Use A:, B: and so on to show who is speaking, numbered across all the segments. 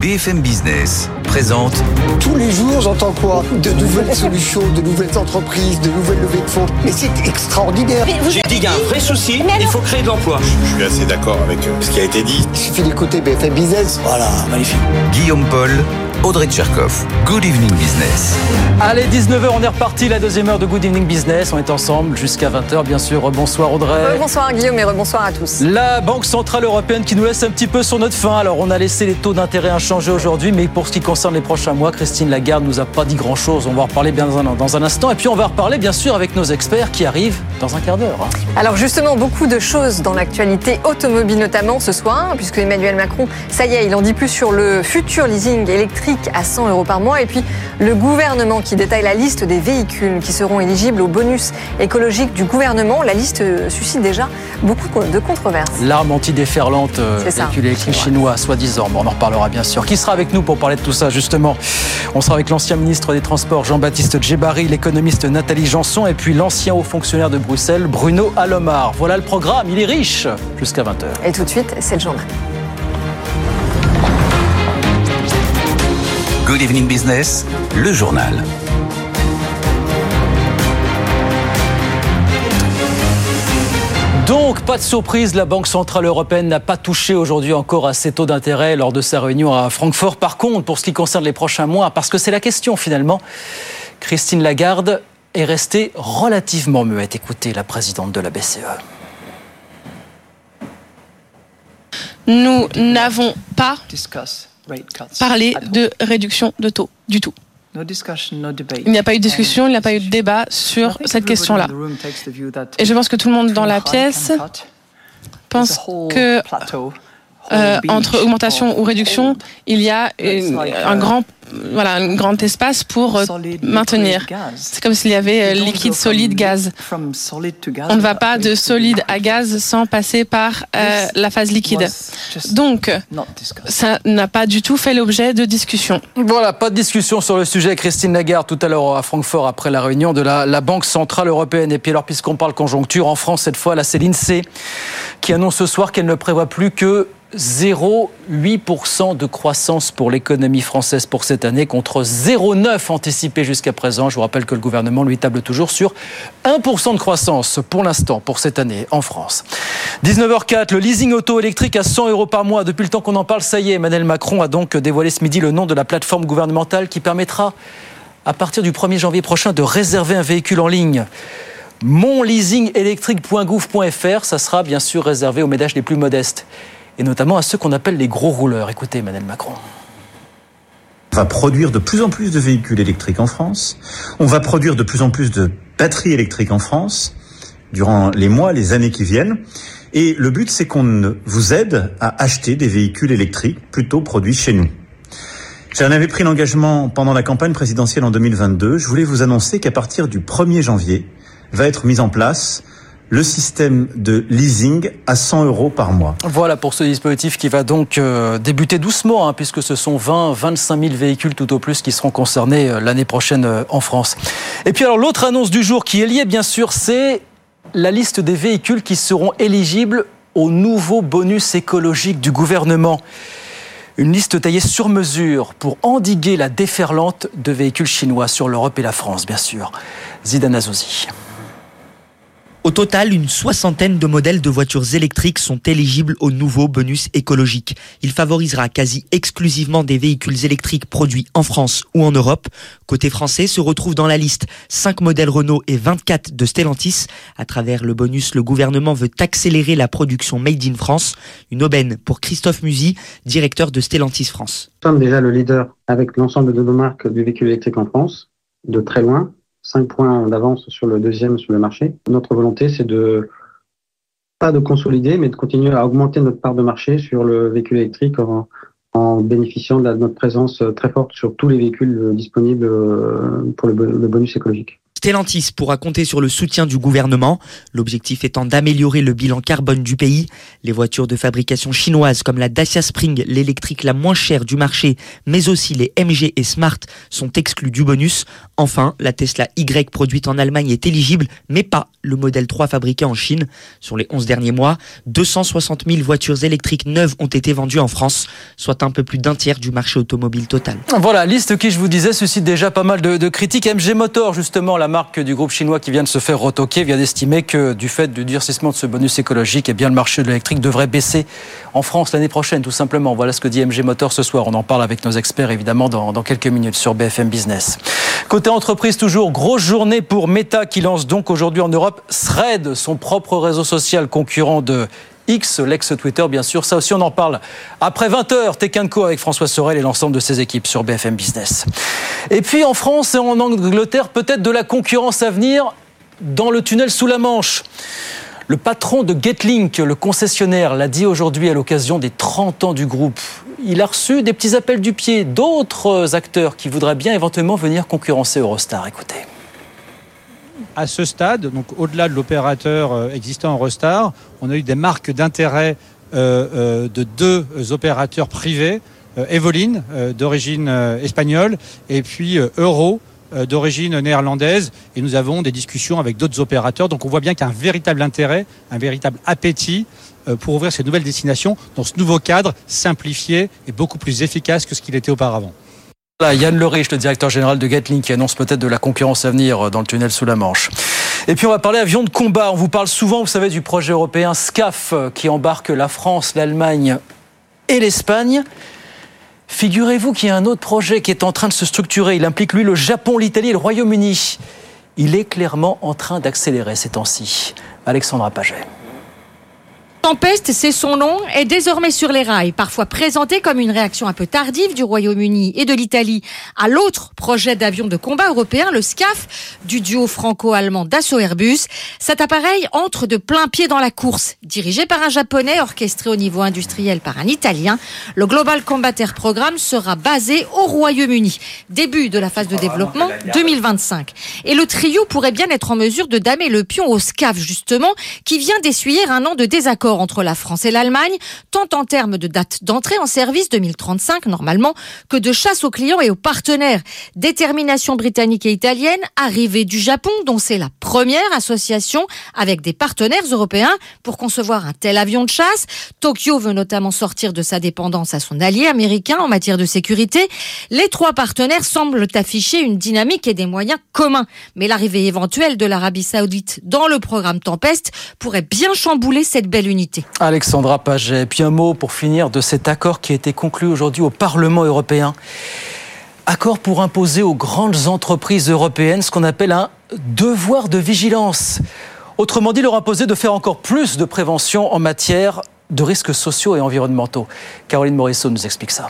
A: BFM Business présente.
B: Tous les jours, j'entends quoi? De nouvelles solutions, de nouvelles entreprises, de nouvelles levées de fonds. Mais c'est extraordinaire.
C: J'ai dit qu'il y a un vrai souci, il faut créer de l'emploi.
D: Je suis assez d'accord avec ce qui a été dit.
B: Il suffit d'écouter BFM Business.
C: Voilà, magnifique.
A: Guillaume Paul, Audrey Tcherkov. Good Evening Business.
E: Allez, 19h, on est reparti, la deuxième heure de Good Evening Business. On est ensemble jusqu'à 20h, bien sûr. Bonsoir Audrey.
F: Bonsoir Guillaume et rebonsoir à tous.
E: La Banque Centrale Européenne qui nous laisse un petit peu sur notre faim. Alors, on a laissé les taux d'intérêt inchangés aujourd'hui, mais pour ce qui concerne les prochains mois, Christine Lagarde nous a pas dit grand-chose. On va en reparler bien dans un instant. Et puis, on va reparler, bien sûr, avec nos experts qui arrivent dans un quart d'heure.
F: Alors, justement, beaucoup de choses dans l'actualité automobile, notamment ce soir, puisque Emmanuel Macron, ça y est, il en dit plus sur le futur leasing électrique à 100 € par mois. Et puis, le gouvernement qui détaille la liste des véhicules qui seront éligibles au bonus écologique du gouvernement. La liste suscite déjà beaucoup de controverses.
E: L'arme antidéferlante véhicule électrique chinois, soi-disant. Bon, on en reparlera bien sûr. Qui sera avec nous pour parler de tout ça, justement? On sera avec l'ancien ministre des Transports, Jean-Baptiste Djebbari, l'économiste Nathalie Janson et puis l'ancien haut fonctionnaire de Bruxelles, Bruno Alomar. Voilà le programme, il est riche jusqu'à 20h.
F: Et tout de suite, c'est le journal.
A: Good Evening Business, le journal.
E: Donc, pas de surprise, la Banque Centrale Européenne n'a pas touché aujourd'hui encore à ses taux d'intérêt lors de sa réunion à Francfort. Par contre, pour ce qui concerne les prochains mois, parce que c'est la question finalement, Christine Lagarde est restée relativement muette. Écoutez la présidente de la BCE.
G: Nous n'avons pas parlé de réduction de taux du tout. Il n'y a pas eu de discussion, il n'y a pas eu de débat sur cette question-là. Et je pense que tout le monde dans la pièce pense que entre augmentation ou réduction, il y a un grand espace pour maintenir. C'est comme s'il y avait liquide, solide, gaz. On ne va pas de solide à gaz sans passer par la phase liquide. Donc, ça n'a pas du tout fait l'objet de discussion.
E: Voilà, pas de discussion sur le sujet. Christine Lagarde, tout à l'heure à Francfort, après la réunion de la Banque Centrale Européenne. Et puis alors, puisqu'on parle conjoncture, en France, cette fois, là, c'est l'INSEE qui annonce ce soir qu'elle ne prévoit plus que 0,8% de croissance pour l'économie française pour cette année contre 0,9% anticipé jusqu'à présent. Je vous rappelle que le gouvernement lui table toujours sur 1% de croissance pour l'instant pour cette année en France. 19h04, le leasing auto électrique à 100 € par mois. Depuis le temps qu'on en parle, ça y est, Emmanuel Macron a donc dévoilé ce midi le nom de la plateforme gouvernementale qui permettra à partir du 1er janvier prochain de réserver un véhicule en ligne. monleasingelectrique.gouv.fr, ça sera bien sûr réservé aux ménages les plus modestes. Et notamment à ceux qu'on appelle les gros rouleurs. Écoutez Emmanuel Macron.
H: On va produire de plus en plus de véhicules électriques en France. On va produire de plus en plus de batteries électriques en France durant les mois, les années qui viennent. Et le but, c'est qu'on vous aide à acheter des véhicules électriques plutôt produits chez nous. J'en avais pris l'engagement pendant la campagne présidentielle en 2022. Je voulais vous annoncer qu'à partir du 1er janvier, va être mis en place le système de leasing à 100 € par mois.
E: Voilà pour ce dispositif qui va donc débuter doucement, puisque ce sont 20-25 000 véhicules tout au plus qui seront concernés l'année prochaine en France. Et puis alors l'autre annonce du jour qui est liée bien sûr, c'est la liste des véhicules qui seront éligibles au nouveau bonus écologique du gouvernement. Une liste taillée sur mesure pour endiguer la déferlante de véhicules chinois sur l'Europe et la France, bien sûr. Zidane Azouzi.
I: Au total, une soixantaine de modèles de voitures électriques sont éligibles au nouveau bonus écologique. Il favorisera quasi exclusivement des véhicules électriques produits en France ou en Europe. Côté français, se retrouvent dans la liste 5 modèles Renault et 24 de Stellantis. À travers le bonus, le gouvernement veut accélérer la production Made in France. Une aubaine pour Christophe Musy, directeur de Stellantis France.
J: Nous sommes déjà le leader avec l'ensemble de nos marques du véhicule électrique en France, de très loin. 5 points d'avance sur le deuxième sur le marché. Notre volonté, c'est pas de consolider, mais de continuer à augmenter notre part de marché sur le véhicule électrique en bénéficiant de notre présence très forte sur tous les véhicules disponibles pour le bonus écologique.
I: Stellantis pourra compter sur le soutien du gouvernement, l'objectif étant d'améliorer le bilan carbone du pays. Les voitures de fabrication chinoise comme la Dacia Spring, l'électrique la moins chère du marché, mais aussi les MG et Smart sont exclus du bonus. Enfin, la Tesla Y produite en Allemagne est éligible, mais pas le modèle 3 fabriqué en Chine. Sur les 11 derniers mois, 260 000 voitures électriques neuves ont été vendues en France, soit un peu plus d'un tiers du marché automobile total.
E: Voilà, liste qui, je vous disais, suscite déjà pas mal de critiques. MG Motor, justement, la marque du groupe chinois qui vient de se faire retoquer, vient d'estimer que du fait du durcissement de ce bonus écologique, eh bien, le marché de l'électrique devrait baisser en France l'année prochaine, tout simplement. Voilà ce que dit MG Motor ce soir. On en parle avec nos experts, évidemment, dans quelques minutes sur BFM Business. Côté entreprise, toujours, grosse journée pour Meta qui lance donc aujourd'hui en Europe Thread, son propre réseau social concurrent de X, l'ex-Twitter, bien sûr. Ça aussi, on en parle après 20h. Tech & Co avec François Sorel et l'ensemble de ses équipes sur BFM Business. Et puis en France et en Angleterre, peut-être de la concurrence à venir dans le tunnel sous la Manche. Le patron de Getlink, le concessionnaire, l'a dit aujourd'hui à l'occasion des 30 ans du groupe. Il a reçu des petits appels du pied d'autres acteurs qui voudraient bien éventuellement venir concurrencer Eurostar. Écoutez.
K: À ce stade, donc au-delà de l'opérateur existant Eurostar, on a eu des marques d'intérêt de deux opérateurs privés, Evolyn d'origine espagnole et puis Euro d'origine néerlandaise, et nous avons des discussions avec d'autres opérateurs. Donc on voit bien qu'il y a un véritable intérêt, un véritable appétit pour ouvrir ces nouvelles destinations dans ce nouveau cadre simplifié et beaucoup plus efficace que ce qu'il était auparavant.
E: Voilà, Yann Lerich, le directeur général de Getlink, qui annonce peut-être de la concurrence à venir dans le tunnel sous la Manche. Et puis on va parler avions de combat. On vous parle souvent, vous savez, du projet européen SCAF qui embarque la France, l'Allemagne et l'Espagne. Figurez-vous qu'il y a un autre projet qui est en train de se structurer. Il implique, lui, le Japon, l'Italie et le Royaume-Uni. Il est clairement en train d'accélérer ces temps-ci. Alexandra Paget.
L: Tempest, c'est son nom, est désormais sur les rails, parfois présenté comme une réaction un peu tardive du Royaume-Uni et de l'Italie à l'autre projet d'avion de combat européen, le SCAF, du duo franco-allemand Dassault Airbus. Cet appareil entre de plein pied dans la course. Dirigé par un Japonais, orchestré au niveau industriel par un Italien, le Global Combat Air Programme sera basé au Royaume-Uni. Début de la phase de développement 2025. Et le trio pourrait bien être en mesure de damer le pion au SCAF, justement, qui vient d'essuyer un an de désaccord entre la France et l'Allemagne, tant en termes de date d'entrée en service 2035 normalement, que de chasse aux clients et aux partenaires. Détermination britannique et italienne, arrivée du Japon, dont c'est la première association avec des partenaires européens pour concevoir un tel avion de chasse. Tokyo veut notamment sortir de sa dépendance à son allié américain en matière de sécurité. Les trois partenaires semblent afficher une dynamique et des moyens communs. Mais l'arrivée éventuelle de l'Arabie Saoudite dans le programme Tempest pourrait bien chambouler cette belle unité.
E: Alexandra Paget. Et puis un mot pour finir de cet accord qui a été conclu aujourd'hui au Parlement européen. Accord pour imposer aux grandes entreprises européennes ce qu'on appelle un devoir de vigilance. Autrement dit, leur imposer de faire encore plus de prévention en matière de risques sociaux et environnementaux. Caroline Morisseau nous explique ça.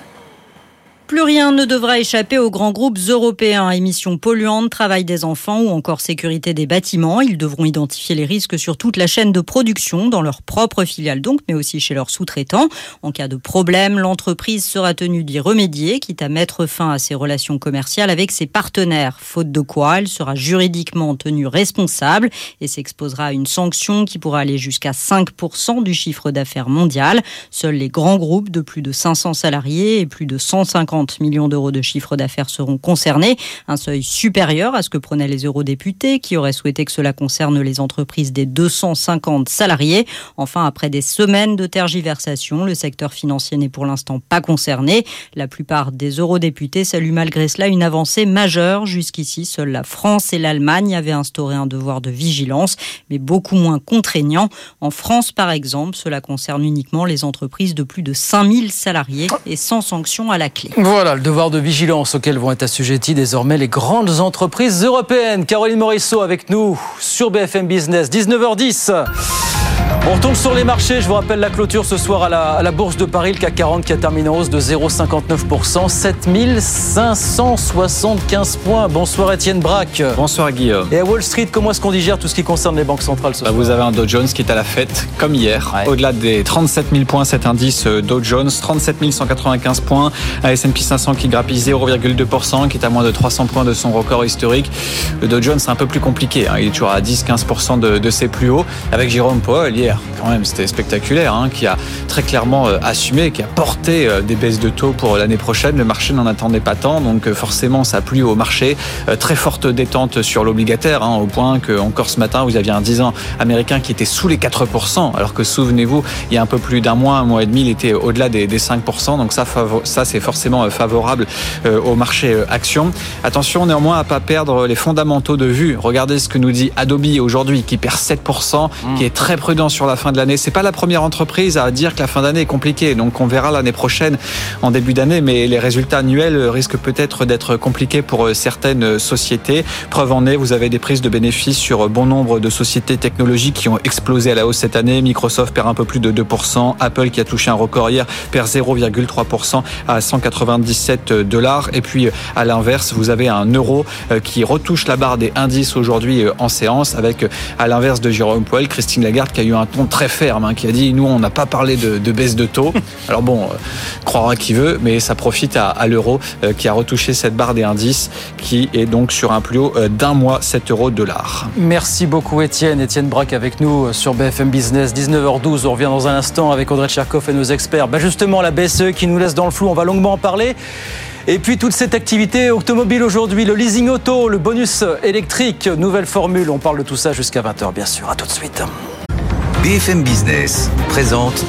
M: Plus rien ne devra échapper aux grands groupes européens. Émissions polluantes, travail des enfants ou encore sécurité des bâtiments. Ils devront identifier les risques sur toute la chaîne de production, dans leur propre filiale donc, mais aussi chez leurs sous-traitants. En cas de problème, l'entreprise sera tenue d'y remédier, quitte à mettre fin à ses relations commerciales avec ses partenaires. Faute de quoi, elle sera juridiquement tenue responsable et s'exposera à une sanction qui pourra aller jusqu'à 5% du chiffre d'affaires mondial. Seuls les grands groupes de plus de 500 salariés et plus de 150 millions d'euros de chiffre d'affaires seront concernés, un seuil supérieur à ce que prenaient les eurodéputés qui auraient souhaité que cela concerne les entreprises des 250 salariés. Enfin, après des semaines de tergiversation, le secteur financier n'est pour l'instant pas concerné. La plupart des eurodéputés saluent malgré cela une avancée majeure. Jusqu'ici, seules la France et l'Allemagne avaient instauré un devoir de vigilance, mais beaucoup moins contraignant. En France, par exemple, cela concerne uniquement les entreprises de plus de 5000 salariés et sans sanction à la clé.
E: Voilà le devoir de vigilance auquel vont être assujetties désormais les grandes entreprises européennes. Caroline Morisseau avec nous sur BFM Business, 19h10. On retourne sur les marchés. Je vous rappelle la clôture ce soir à la Bourse de Paris, le CAC 40 qui a terminé en hausse de 0,59%, 7575 points. Bonsoir Étienne Braque.
N: Bonsoir Guillaume.
E: Et à Wall Street, comment est-ce qu'on digère tout ce qui concerne les banques centrales ce soir ?
N: Vous avez un Dow Jones qui est à la fête, comme hier. Ouais. Au-delà des 37 000 points, cet indice Dow Jones, 37 195 points. Un S&P 500 qui grappille 0,2%, qui est à moins de 300 points de son record historique. Le Dow Jones, c'est un peu plus compliqué. Il est toujours à 10-15% de ses plus hauts. Avec Jérôme Powell, hier, quand même, c'était spectaculaire, qui a très clairement assumé, qui a porté des baisses de taux pour l'année prochaine. Le marché n'en attendait pas tant, donc forcément, ça a plu au marché. Très forte détente sur l'obligataire, au point que encore ce matin, vous aviez un 10 ans américain qui était sous les 4%, alors que souvenez-vous, il y a un peu plus d'un mois, un mois et demi, il était au-delà des 5%. Donc ça c'est forcément favorable au marché action. Attention néanmoins à ne pas perdre les fondamentaux de vue. Regardez ce que nous dit Adobe aujourd'hui, qui perd 7%, qui est très prudent sur la fin de l'année. C'est pas la première entreprise à dire que la fin d'année est compliquée. Donc on verra l'année prochaine en début d'année, mais les résultats annuels risquent peut-être d'être compliqués pour certaines sociétés. Preuve en est, vous avez des prises de bénéfices sur bon nombre de sociétés technologiques qui ont explosé à la hausse cette année. Microsoft perd un peu plus de 2%. Apple, qui a touché un record hier, perd 0,3% à $197. Et puis à l'inverse, vous avez un euro qui retouche la barre des indices aujourd'hui en séance, avec à l'inverse de Jérôme Powell, Christine Lagarde qui a eu un ton très ferme, qui a dit nous on n'a pas parlé de baisse de taux. Alors bon, croira qui veut, mais ça profite à l'euro qui a retouché cette barre des indices qui est donc sur un plus haut d'un mois, 7 €.
E: Merci beaucoup Étienne Braque avec nous sur BFM Business. 19h12, on revient dans un instant avec Audrey Tcherkov et nos experts. Justement la BCE qui nous laisse dans le flou, on va longuement en parler. Et puis toute cette activité automobile aujourd'hui, le leasing auto, le bonus électrique, nouvelle formule, on parle de tout ça jusqu'à 20h bien sûr. À tout de suite.
A: BFM Business présente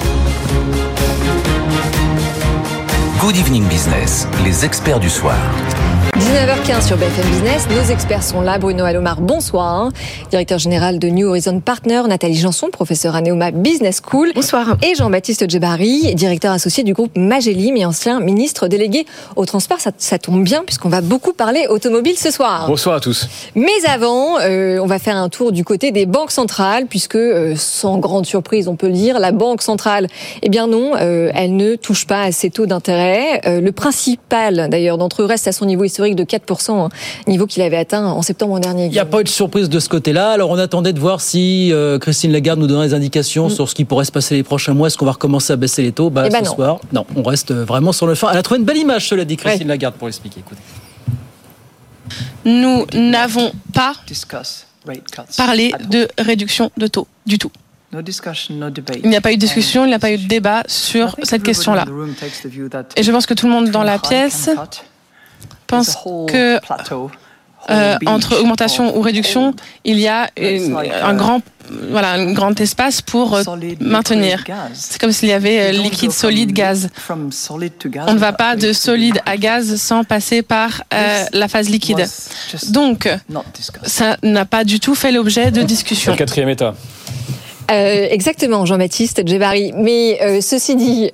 A: Good Evening Business, les experts du soir.
F: 19h15 sur BFM Business, nos experts sont là. Bruno Alomar, bonsoir. Directeur général de New Horizon Partners, Nathalie Janson, professeure à Neoma Business School.
O: Bonsoir.
F: Et Jean-Baptiste Djebari, directeur associé du groupe Magellim et ancien ministre délégué au transport. Ça tombe bien puisqu'on va beaucoup parler automobile ce soir.
N: Bonsoir à tous.
F: Mais avant, on va faire un tour du côté des banques centrales puisque, sans grande surprise, on peut le dire, la banque centrale, eh bien non, elle ne touche pas à ses taux d'intérêt. Le principal, d'ailleurs, d'entre eux reste à son niveau historique de 4%, niveau qu'il avait atteint en septembre dernier.
E: Il n'y a pas eu de surprise de ce côté-là. Alors on attendait de voir si Christine Lagarde nous donnait des indications sur ce qui pourrait se passer les prochains mois. Est-ce qu'on va recommencer à baisser les taux soir, non, on reste vraiment sur le fin. Elle a trouvé une belle image, cela dit, Christine Lagarde, pour l'expliquer. Écoutez.
G: Nous n'avons pas parlé de réduction de taux du tout. Il n'y a pas eu de discussion, il n'y a pas eu de débat sur cette question-là. Et je pense que tout le monde dans la pièce pense que entre augmentation ou réduction, il y a un grand espace pour maintenir. C'est comme s'il y avait liquide, solide, gaz. On ne va pas de solide à gaz sans passer par la phase liquide. Donc, ça n'a pas du tout fait l'objet de discussion.
N: Le quatrième état.
F: Exactement, Jean-Baptiste Djebari. Mais ceci dit,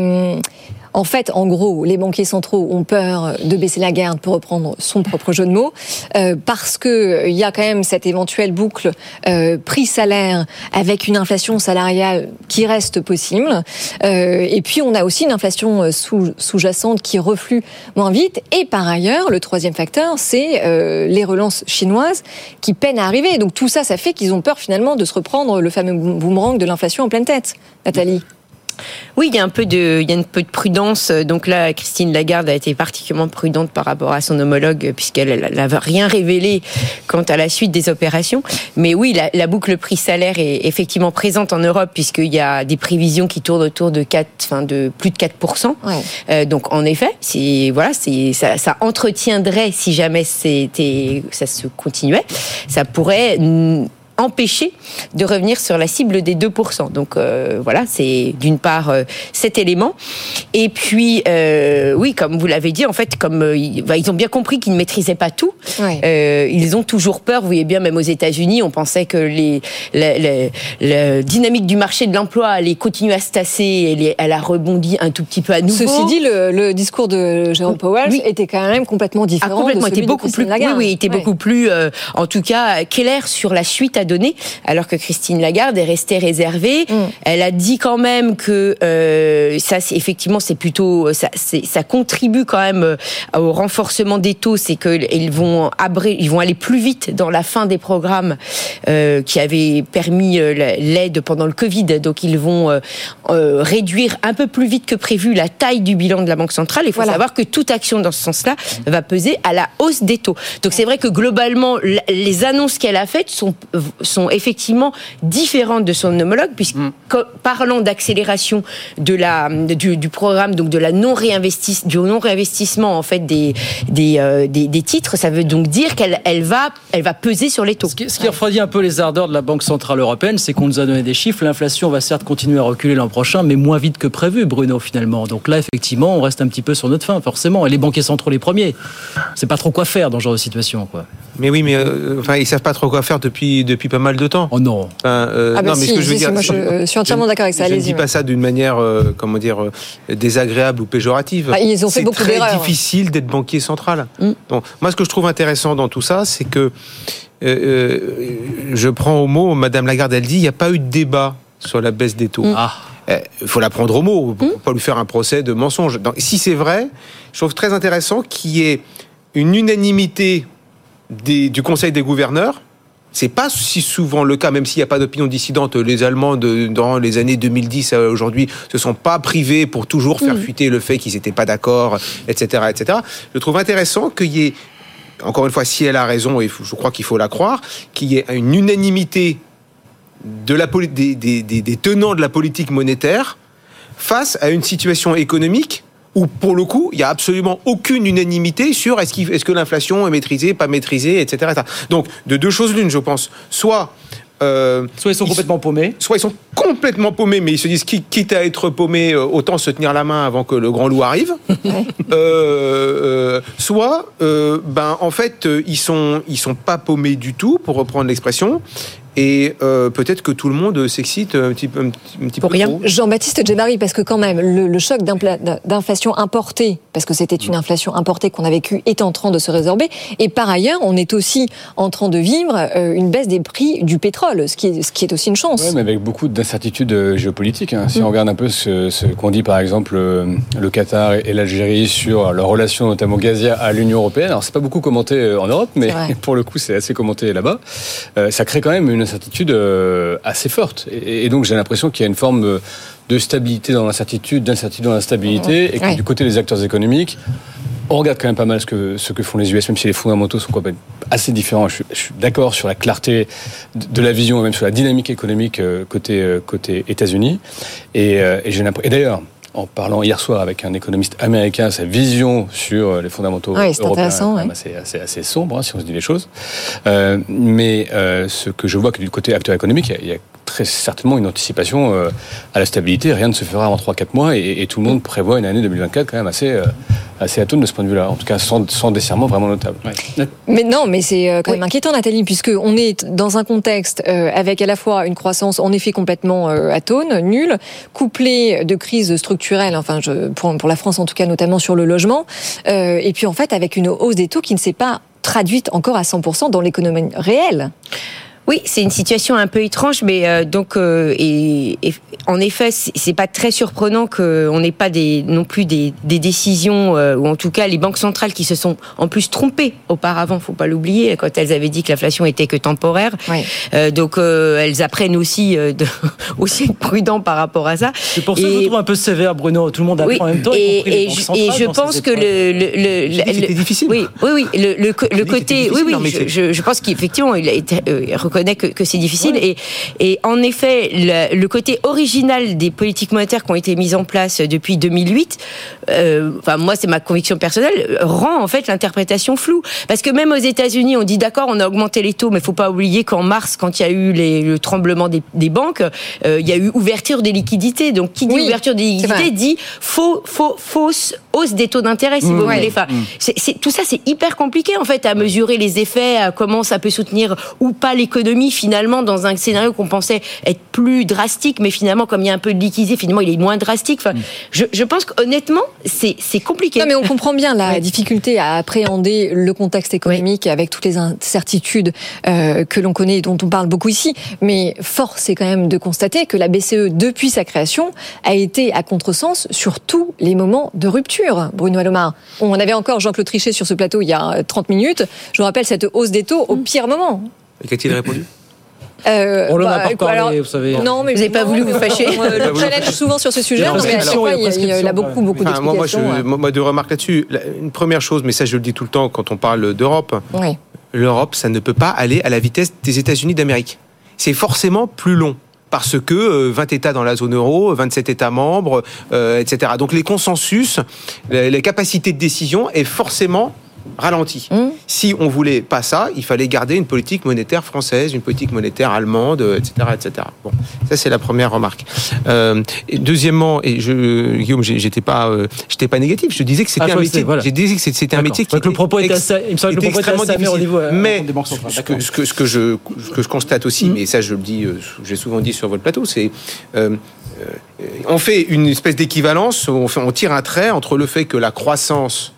F: en fait, en gros, les banquiers centraux ont peur de baisser la garde, pour reprendre son propre jeu de mots, parce que il y a quand même cette éventuelle boucle prix-salaire avec une inflation salariale qui reste possible. Et puis, on a aussi une inflation sous-jacente qui reflue moins vite. Et par ailleurs, le troisième facteur, c'est les relances chinoises qui peinent à arriver. Donc tout ça, ça fait qu'ils ont peur finalement de se reprendre le fameux boomerang de l'inflation en pleine tête. Nathalie ?
O: Oui, il y a un peu de prudence. Donc là, Christine Lagarde a été particulièrement prudente par rapport à son homologue, puisqu'elle n'avait rien révélé quant à la suite des opérations. Mais oui, la boucle prix-salaire est effectivement présente en Europe, puisqu'il y a des prévisions qui tournent autour de plus de 4%. Ouais. Donc en effet, ça entretiendrait, si jamais ça se continuait, ça pourrait empêcher de revenir sur la cible des 2%. Donc c'est d'une part cet élément. Et puis, oui, comme vous l'avez dit, en fait, ils ont bien compris qu'ils ne maîtrisaient pas tout. Ouais. Ils ont toujours peur. Vous voyez bien, même aux États-Unis, on pensait que la dynamique du marché de l'emploi allait continuer à se tasser. Elle a rebondi un tout petit peu à nouveau.
F: Ceci dit, le discours de Jérôme Powell était quand même complètement différent.
O: Complètement, de celui de Christine Lagarde. Oui, il était beaucoup plus, en tout cas, clair sur la suite à donné, alors que Christine Lagarde est restée réservée. Elle a dit quand même que ça, c'est effectivement, c'est plutôt ça contribue quand même au renforcement des taux, c'est qu'ils vont aller plus vite dans la fin des programmes qui avaient permis l'aide pendant le Covid. Donc ils vont réduire un peu plus vite que prévu la taille du bilan de la Banque centrale. Il faut savoir que toute action dans ce sens-là va peser à la hausse des taux. Donc c'est vrai que globalement, les annonces qu'elle a faites sont effectivement différentes de son homologue, puisque parlant d'accélération du programme, donc de la non-réinvestissement en fait des titres, ça veut donc dire qu'elle va peser sur les taux.
E: Ce qui refroidit un peu les ardeurs de la Banque centrale européenne, c'est qu'on nous a donné des chiffres. L'inflation va certes continuer à reculer l'an prochain, mais moins vite que prévu, Bruno, finalement. Donc là, effectivement, on reste un petit peu sur notre faim, forcément. Et les banquiers centraux les premiers. C'est pas trop quoi faire dans ce genre de situation, quoi.
P: Mais oui, mais ils savent pas trop quoi faire depuis pas mal de temps.
E: Oh non.
F: Non, mais ce que je veux dire, moi, je suis entièrement d'accord avec ça.
P: Je ne dis pas ça d'une manière, désagréable ou péjorative.
F: Ils ont fait beaucoup d'erreurs.
P: C'est très difficile d'être banquier central. Donc, moi, ce que je trouve intéressant dans tout ça, c'est que je prends au mot Madame Lagarde. Elle dit il n'y a pas eu de débat sur la baisse des taux. Il faut la prendre au mot, pour pas lui faire un procès de mensonge. Donc, si c'est vrai, je trouve très intéressant qu'il y ait une unanimité du Conseil des gouverneurs. C'est pas si souvent le cas, même s'il n'y a pas d'opinion dissidente. Les Allemands, dans les années 2010 à aujourd'hui, se sont pas privés pour toujours faire fuiter le fait qu'ils n'étaient pas d'accord, etc., etc. Je trouve intéressant qu'il y ait, encore une fois, si elle a raison, et je crois qu'il faut la croire, qu'il y ait une unanimité des tenants de la politique monétaire face à une situation économique où, pour le coup, il n'y a absolument aucune unanimité sur est-ce que l'inflation est maîtrisée, pas maîtrisée, etc. Donc, de deux choses l'une, je pense. Soit
E: ils sont complètement paumés.
P: Soit ils sont complètement paumés, mais ils se disent quitte à être paumés, autant se tenir la main avant que le grand loup arrive. Soit, en fait, ils sont pas paumés du tout, pour reprendre l'expression. Et peut-être que tout le monde s'excite un petit peu trop.
F: Jean-Baptiste Djebari, parce que quand même, le choc d'inflation importée, parce que c'était une inflation importée qu'on a vécue, est en train de se résorber. Et par ailleurs, on est aussi en train de vivre une baisse des prix du pétrole, ce qui est aussi une chance.
Q: Oui, mais avec beaucoup d'incertitudes géopolitiques. Si on regarde un peu ce qu'ont dit, par exemple, le Qatar et l'Algérie sur leur relation, notamment gazière, à l'Union européenne. Alors, c'est pas beaucoup commenté en Europe, mais pour le coup, c'est assez commenté là-bas. Ça crée quand même une incertitude assez forte. Et donc, j'ai l'impression qu'il y a une forme de stabilité dans l'incertitude, d'incertitude dans l'instabilité, et que du côté des acteurs économiques, on regarde quand même pas mal ce que font les US, même si les fondamentaux sont quand même assez différents. Je suis d'accord sur la clarté de la vision, même sur la dynamique économique côté États-Unis. Et d'ailleurs, en parlant hier soir avec un économiste américain, sa vision sur les fondamentaux européens est assez sombre, si on se dit les choses. Mais ce que je vois que du côté acteur économique, il y a très certainement une anticipation à la stabilité. Rien ne se fera en 3-4 mois et tout le monde prévoit une année 2024 quand même assez atone de ce point de vue-là. En tout cas, sans desserrement vraiment notable.
F: Mais c'est quand même inquiétant, Nathalie, puisqu'on est dans un contexte avec à la fois une croissance en effet complètement atone, nulle, couplée de crises structurelles, pour la France en tout cas, notamment sur le logement, et puis en fait avec une hausse des taux qui ne s'est pas traduite encore à 100% dans l'économie réelle.
O: Oui, c'est une situation un peu étrange, mais en effet, c'est pas très surprenant qu'on n'ait pas non plus des décisions, ou en tout cas les banques centrales qui se sont en plus trompées auparavant, faut pas l'oublier, quand elles avaient dit que l'inflation était que temporaire. Donc elles apprennent aussi aussi être prudents par rapport à ça.
E: C'est pour ça que je trouve un peu sévère, Bruno. Tout le monde apprend en même temps.
O: Et je pense que
P: c'était difficile.
O: Oui, le côté, je pense qu'effectivement il a été reconnaît que c'est difficile et en effet le côté original des politiques monétaires qui ont été mises en place depuis 2008, moi c'est ma conviction personnelle, rend en fait l'interprétation floue, parce que même aux États-Unis on dit d'accord, on a augmenté les taux, mais faut pas oublier qu'en mars, quand il y a eu le tremblement des banques, il y a eu ouverture des liquidités. Donc qui dit ouverture des liquidités dit fausse hausse des taux d'intérêt, si vous voulez. Tout ça c'est hyper compliqué en fait à mesurer les effets, à comment ça peut soutenir ou pas l'économie finalement dans un scénario qu'on pensait être plus drastique, mais finalement, comme il y a un peu de liquidité, finalement, il est moins drastique. Enfin, je pense qu'honnêtement, c'est compliqué.
F: Non, mais on comprend bien la difficulté à appréhender le contexte économique avec toutes les incertitudes que l'on connaît et dont on parle beaucoup ici. Mais force est quand même de constater que la BCE, depuis sa création, a été à contresens sur tous les moments de rupture. Bruno Alomar, on avait encore Jean-Claude Trichet sur ce plateau il y a 30 minutes. Je vous rappelle cette hausse des taux au pire moment.
P: Et qu'a-t-il répondu ?
E: On n'en a pas parlé, vous savez.
O: Non, mais vous n'avez pas voulu vous fâcher.
F: Le challenge souvent sur ce sujet, mais à chaque fois, il a beaucoup d'explications.
P: Moi, deux remarques là-dessus. Une première chose, mais ça je le dis tout le temps quand on parle d'Europe, l'Europe, ça ne peut pas aller à la vitesse des États-Unis d'Amérique. C'est forcément plus long. Parce que 20 États dans la zone euro, 27 États membres, etc. Donc les consensus, les capacités de décision est forcément ralenti. Si on voulait pas ça, il fallait garder une politique monétaire française, une politique monétaire allemande, etc., etc. Bon, ça c'est la première remarque. Et deuxièmement, Guillaume, j'étais pas négatif. Je disais que c'était un métier. J'ai dit que c'était un métier qui
E: le propos était extrêmement difficile.
P: Mais ce que je constate aussi, mais ça je le dis, j'ai souvent dit sur votre plateau, c'est on fait une espèce d'équivalence, on tire un trait entre le fait que la croissance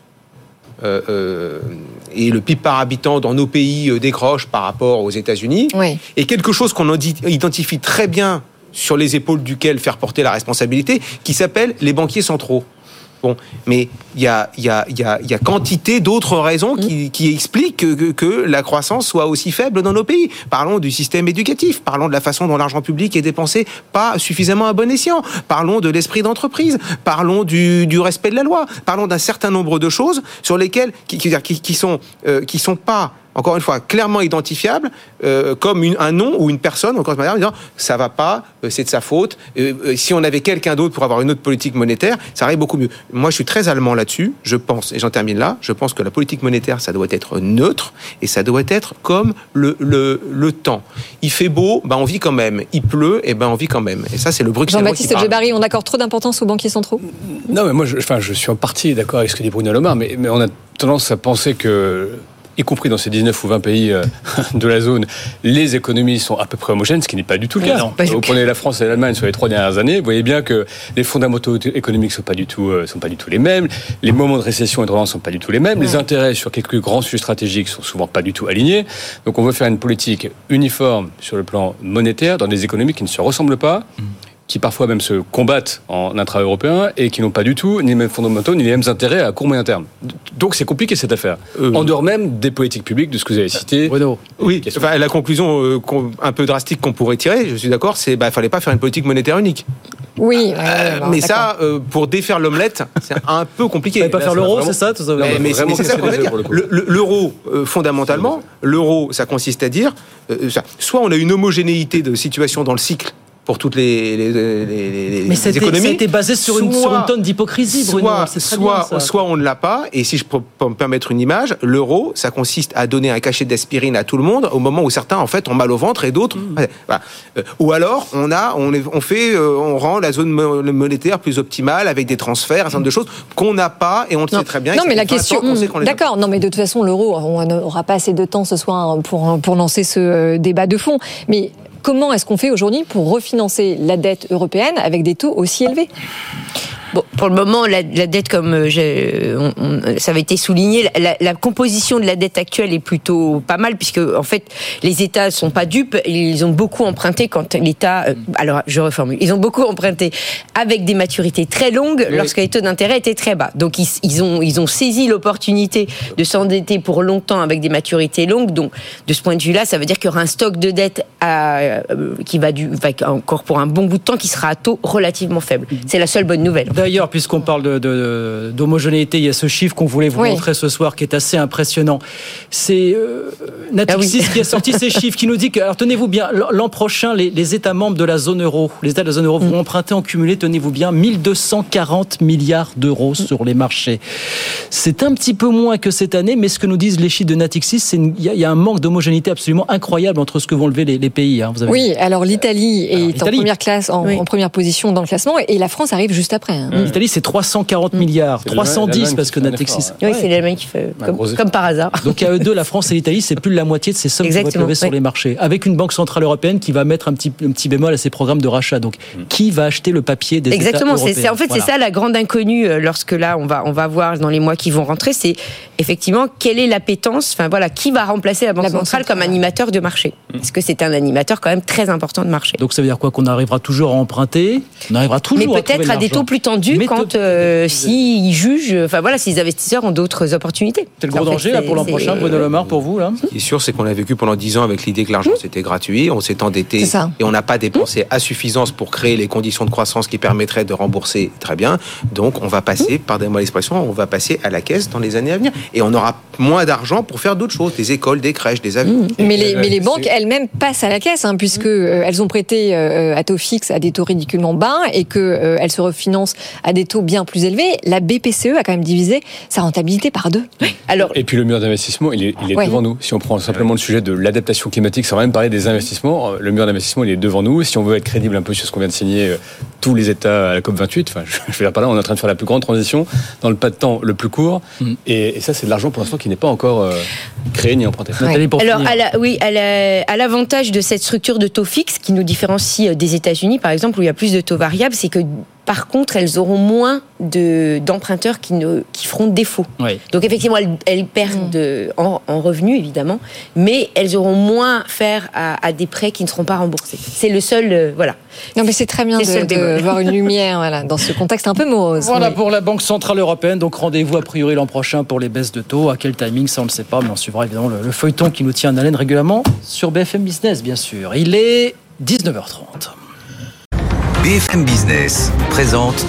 P: et le PIB par habitant dans nos pays décroche par rapport aux États-Unis, et quelque chose qu'on identifie très bien sur les épaules duquel faire porter la responsabilité, qui s'appelle les banquiers centraux. Bon, mais il y a quantité d'autres raisons qui expliquent que la croissance soit aussi faible dans nos pays. Parlons du système éducatif, parlons de la façon dont l'argent public est dépensé pas suffisamment à bon escient, parlons de l'esprit d'entreprise, parlons du respect de la loi, parlons d'un certain nombre de choses sur lesquelles qui sont pas, encore une fois, clairement identifiable comme un nom ou une personne, encore une fois, en disant ça va pas, c'est de sa faute. Si on avait quelqu'un d'autre pour avoir une autre politique monétaire, ça irait beaucoup mieux. Moi, je suis très allemand là-dessus. Je pense, et j'en termine là, je pense que la politique monétaire, ça doit être neutre et ça doit être comme le temps. Il fait beau, on vit quand même. Il pleut, on vit quand même. Et ça, c'est le Bruxellois qui parle.
F: Jean-Baptiste Djebbari, on accorde trop d'importance aux banquiers centraux ?
Q: Non, mais moi, je suis en partie d'accord avec ce que dit Bruno Alomar, mais on a tendance à penser que, y compris dans ces 19 ou 20 pays de la zone, les économies sont à peu près homogènes, ce qui n'est pas du tout le cas. Vous prenez la France et l'Allemagne sur les 3 dernières années, vous voyez bien que les fondamentaux économiques sont pas du tout les mêmes, les moments de récession et de relance sont pas du tout les mêmes, les intérêts sur quelques grands sujets stratégiques sont souvent pas du tout alignés. Donc on veut faire une politique uniforme sur le plan monétaire dans des économies qui ne se ressemblent pas, qui parfois même se combattent en intra-européen et qui n'ont pas du tout ni les mêmes fondamentaux ni les mêmes intérêts à court moyen terme. Donc c'est compliqué cette affaire. En dehors même des politiques publiques de ce que vous avez cité.
E: Bruno.
P: Oui, la conclusion un peu drastique qu'on pourrait tirer, je suis d'accord, c'est fallait pas faire une politique monétaire unique.
F: Oui,
P: mais ça, pour défaire l'omelette, c'est un peu compliqué.
E: Vous ne pas faire l'euro, c'est ça tout ça.
P: Mais c'est ça qu'on veut dire. L'euro, fondamentalement, l'euro, ça consiste à dire, soit on a une homogénéité de situation dans le cycle pour toutes les
E: mais
P: économies.
E: Ça a été basé sur une tonne d'hypocrisie, Bruno.
P: Soit on ne l'a pas, et si je peux me permettre une image, l'euro, ça consiste à donner un cachet d'aspirine à tout le monde au moment où certains, en fait, ont mal au ventre et d'autres... Voilà. Ou alors, on rend la zone monétaire plus optimale avec des transferts, un certain nombre de choses qu'on n'a pas, et on le sait très bien.
F: Non, mais la question... D'accord, non, mais de toute façon, l'euro, on n'aura pas assez de temps ce soir pour lancer ce débat de fond. Mais comment est-ce qu'on fait aujourd'hui pour refinancer la dette européenne avec des taux aussi élevés ?
O: Bon, pour le moment, la dette, comme ça avait été souligné, la composition de la dette actuelle est plutôt pas mal, puisque en fait, les États sont pas dupes. Ils ont beaucoup emprunté quand l'État. Alors, je reformule. Ils ont beaucoup emprunté avec des maturités très longues lorsque les taux d'intérêt étaient très bas. Donc, ils ont saisi l'opportunité de s'endetter pour longtemps avec des maturités longues. Donc, de ce point de vue-là, ça veut dire qu'il y aura un stock de dette qui va encore pour un bon bout de temps, qui sera à taux relativement faible. C'est la seule bonne nouvelle.
E: D'ailleurs, puisqu'on parle d'homogénéité, il y a ce chiffre qu'on voulait vous montrer ce soir qui est assez impressionnant. C'est Natixis qui a sorti ces chiffres, qui nous dit que, alors tenez-vous bien, l'an prochain, les États membres de la zone euro, vont emprunter en cumulé, tenez-vous bien, 1240 milliards d'euros sur les marchés. C'est un petit peu moins que cette année, mais ce que nous disent les chiffres de Natixis, il y a un manque d'homogénéité absolument incroyable entre ce que vont lever les pays. Vous avez
F: alors l'Italie est en première classe, en première position dans le classement, et la France arrive juste après.
E: L'Italie, c'est 340 milliards. 310 parce que Natixis.
O: Oui, c'est l'Allemagne qui fait comme par hasard.
E: Donc à eux deux, la France et l'Italie, c'est plus de la moitié de ces sommes qui vont être levées sur les marchés. Avec une banque centrale européenne qui va mettre un petit bémol à ces programmes de rachat. Donc qui va acheter le papier des États européens?
O: C'est ça la grande inconnue lorsque là on va voir dans les mois qui vont rentrer, c'est effectivement quelle est l'appétence, qui va remplacer la banque centrale comme animateur de marché. Parce que c'est un animateur quand même très important de marché.
E: Donc ça veut dire quoi? Qu'on arrivera toujours à emprunter, on arrivera toujours
O: mais peut-être à des taux plus tendus quand s'ils jugent, si les investisseurs ont d'autres opportunités.
E: C'est le gros danger là pour l'an prochain, Bruno Le Maire, pour vous là?
P: Ce qui est sûr, c'est qu'on a vécu pendant 10 ans avec l'idée que l'argent c'était gratuit, on s'est endetté et on n'a pas dépensé à suffisance pour créer les conditions de croissance qui permettraient de rembourser très bien. Donc on va passer, pardonnez-moi l'expression, on va passer à la caisse dans les années à venir et on aura moins d'argent pour faire d'autres choses, des écoles, des crèches, des avions.
F: Mais les banques elles-mêmes passent à la caisse, puisque elles ont prêté à taux fixe à des taux ridiculement bas et qu'elles se refinancent à des taux bien plus élevés. La BPCE a quand même divisé sa rentabilité par 2.
Q: Et puis le mur d'investissement, il est devant nous. Si on prend simplement le sujet de l'adaptation climatique, sans même parler des investissements, le mur d'investissement, il est devant nous. Si on veut être crédible un peu sur ce qu'on vient de signer, tous les États à la COP28, je veux dire par là, on est en train de faire la plus grande transition dans le pas de temps le plus court. Et ça, c'est de l'argent pour l'instant qui n'est pas encore créé ni emprunté.
O: Alors, à l'avantage de cette structure de taux fixe qui nous différencie des États-Unis, par exemple, où il y a plus de taux variables, c'est que par contre, elles auront moins d'emprunteurs qui feront défaut. Donc effectivement, elles perdent en revenus, évidemment, mais elles auront moins faire à des prêts qui ne seront pas remboursés. C'est le seul...
F: Non, mais c'est très bien de voir une lumière dans ce contexte un peu morose.
E: Voilà pour la Banque Centrale Européenne. Donc rendez-vous a priori l'an prochain pour les baisses de taux. À quel timing, ça on ne le sait pas, mais on suivra évidemment le feuilleton qui nous tient en haleine régulièrement sur BFM Business, bien sûr. Il est 19h30.
A: BFM Business présente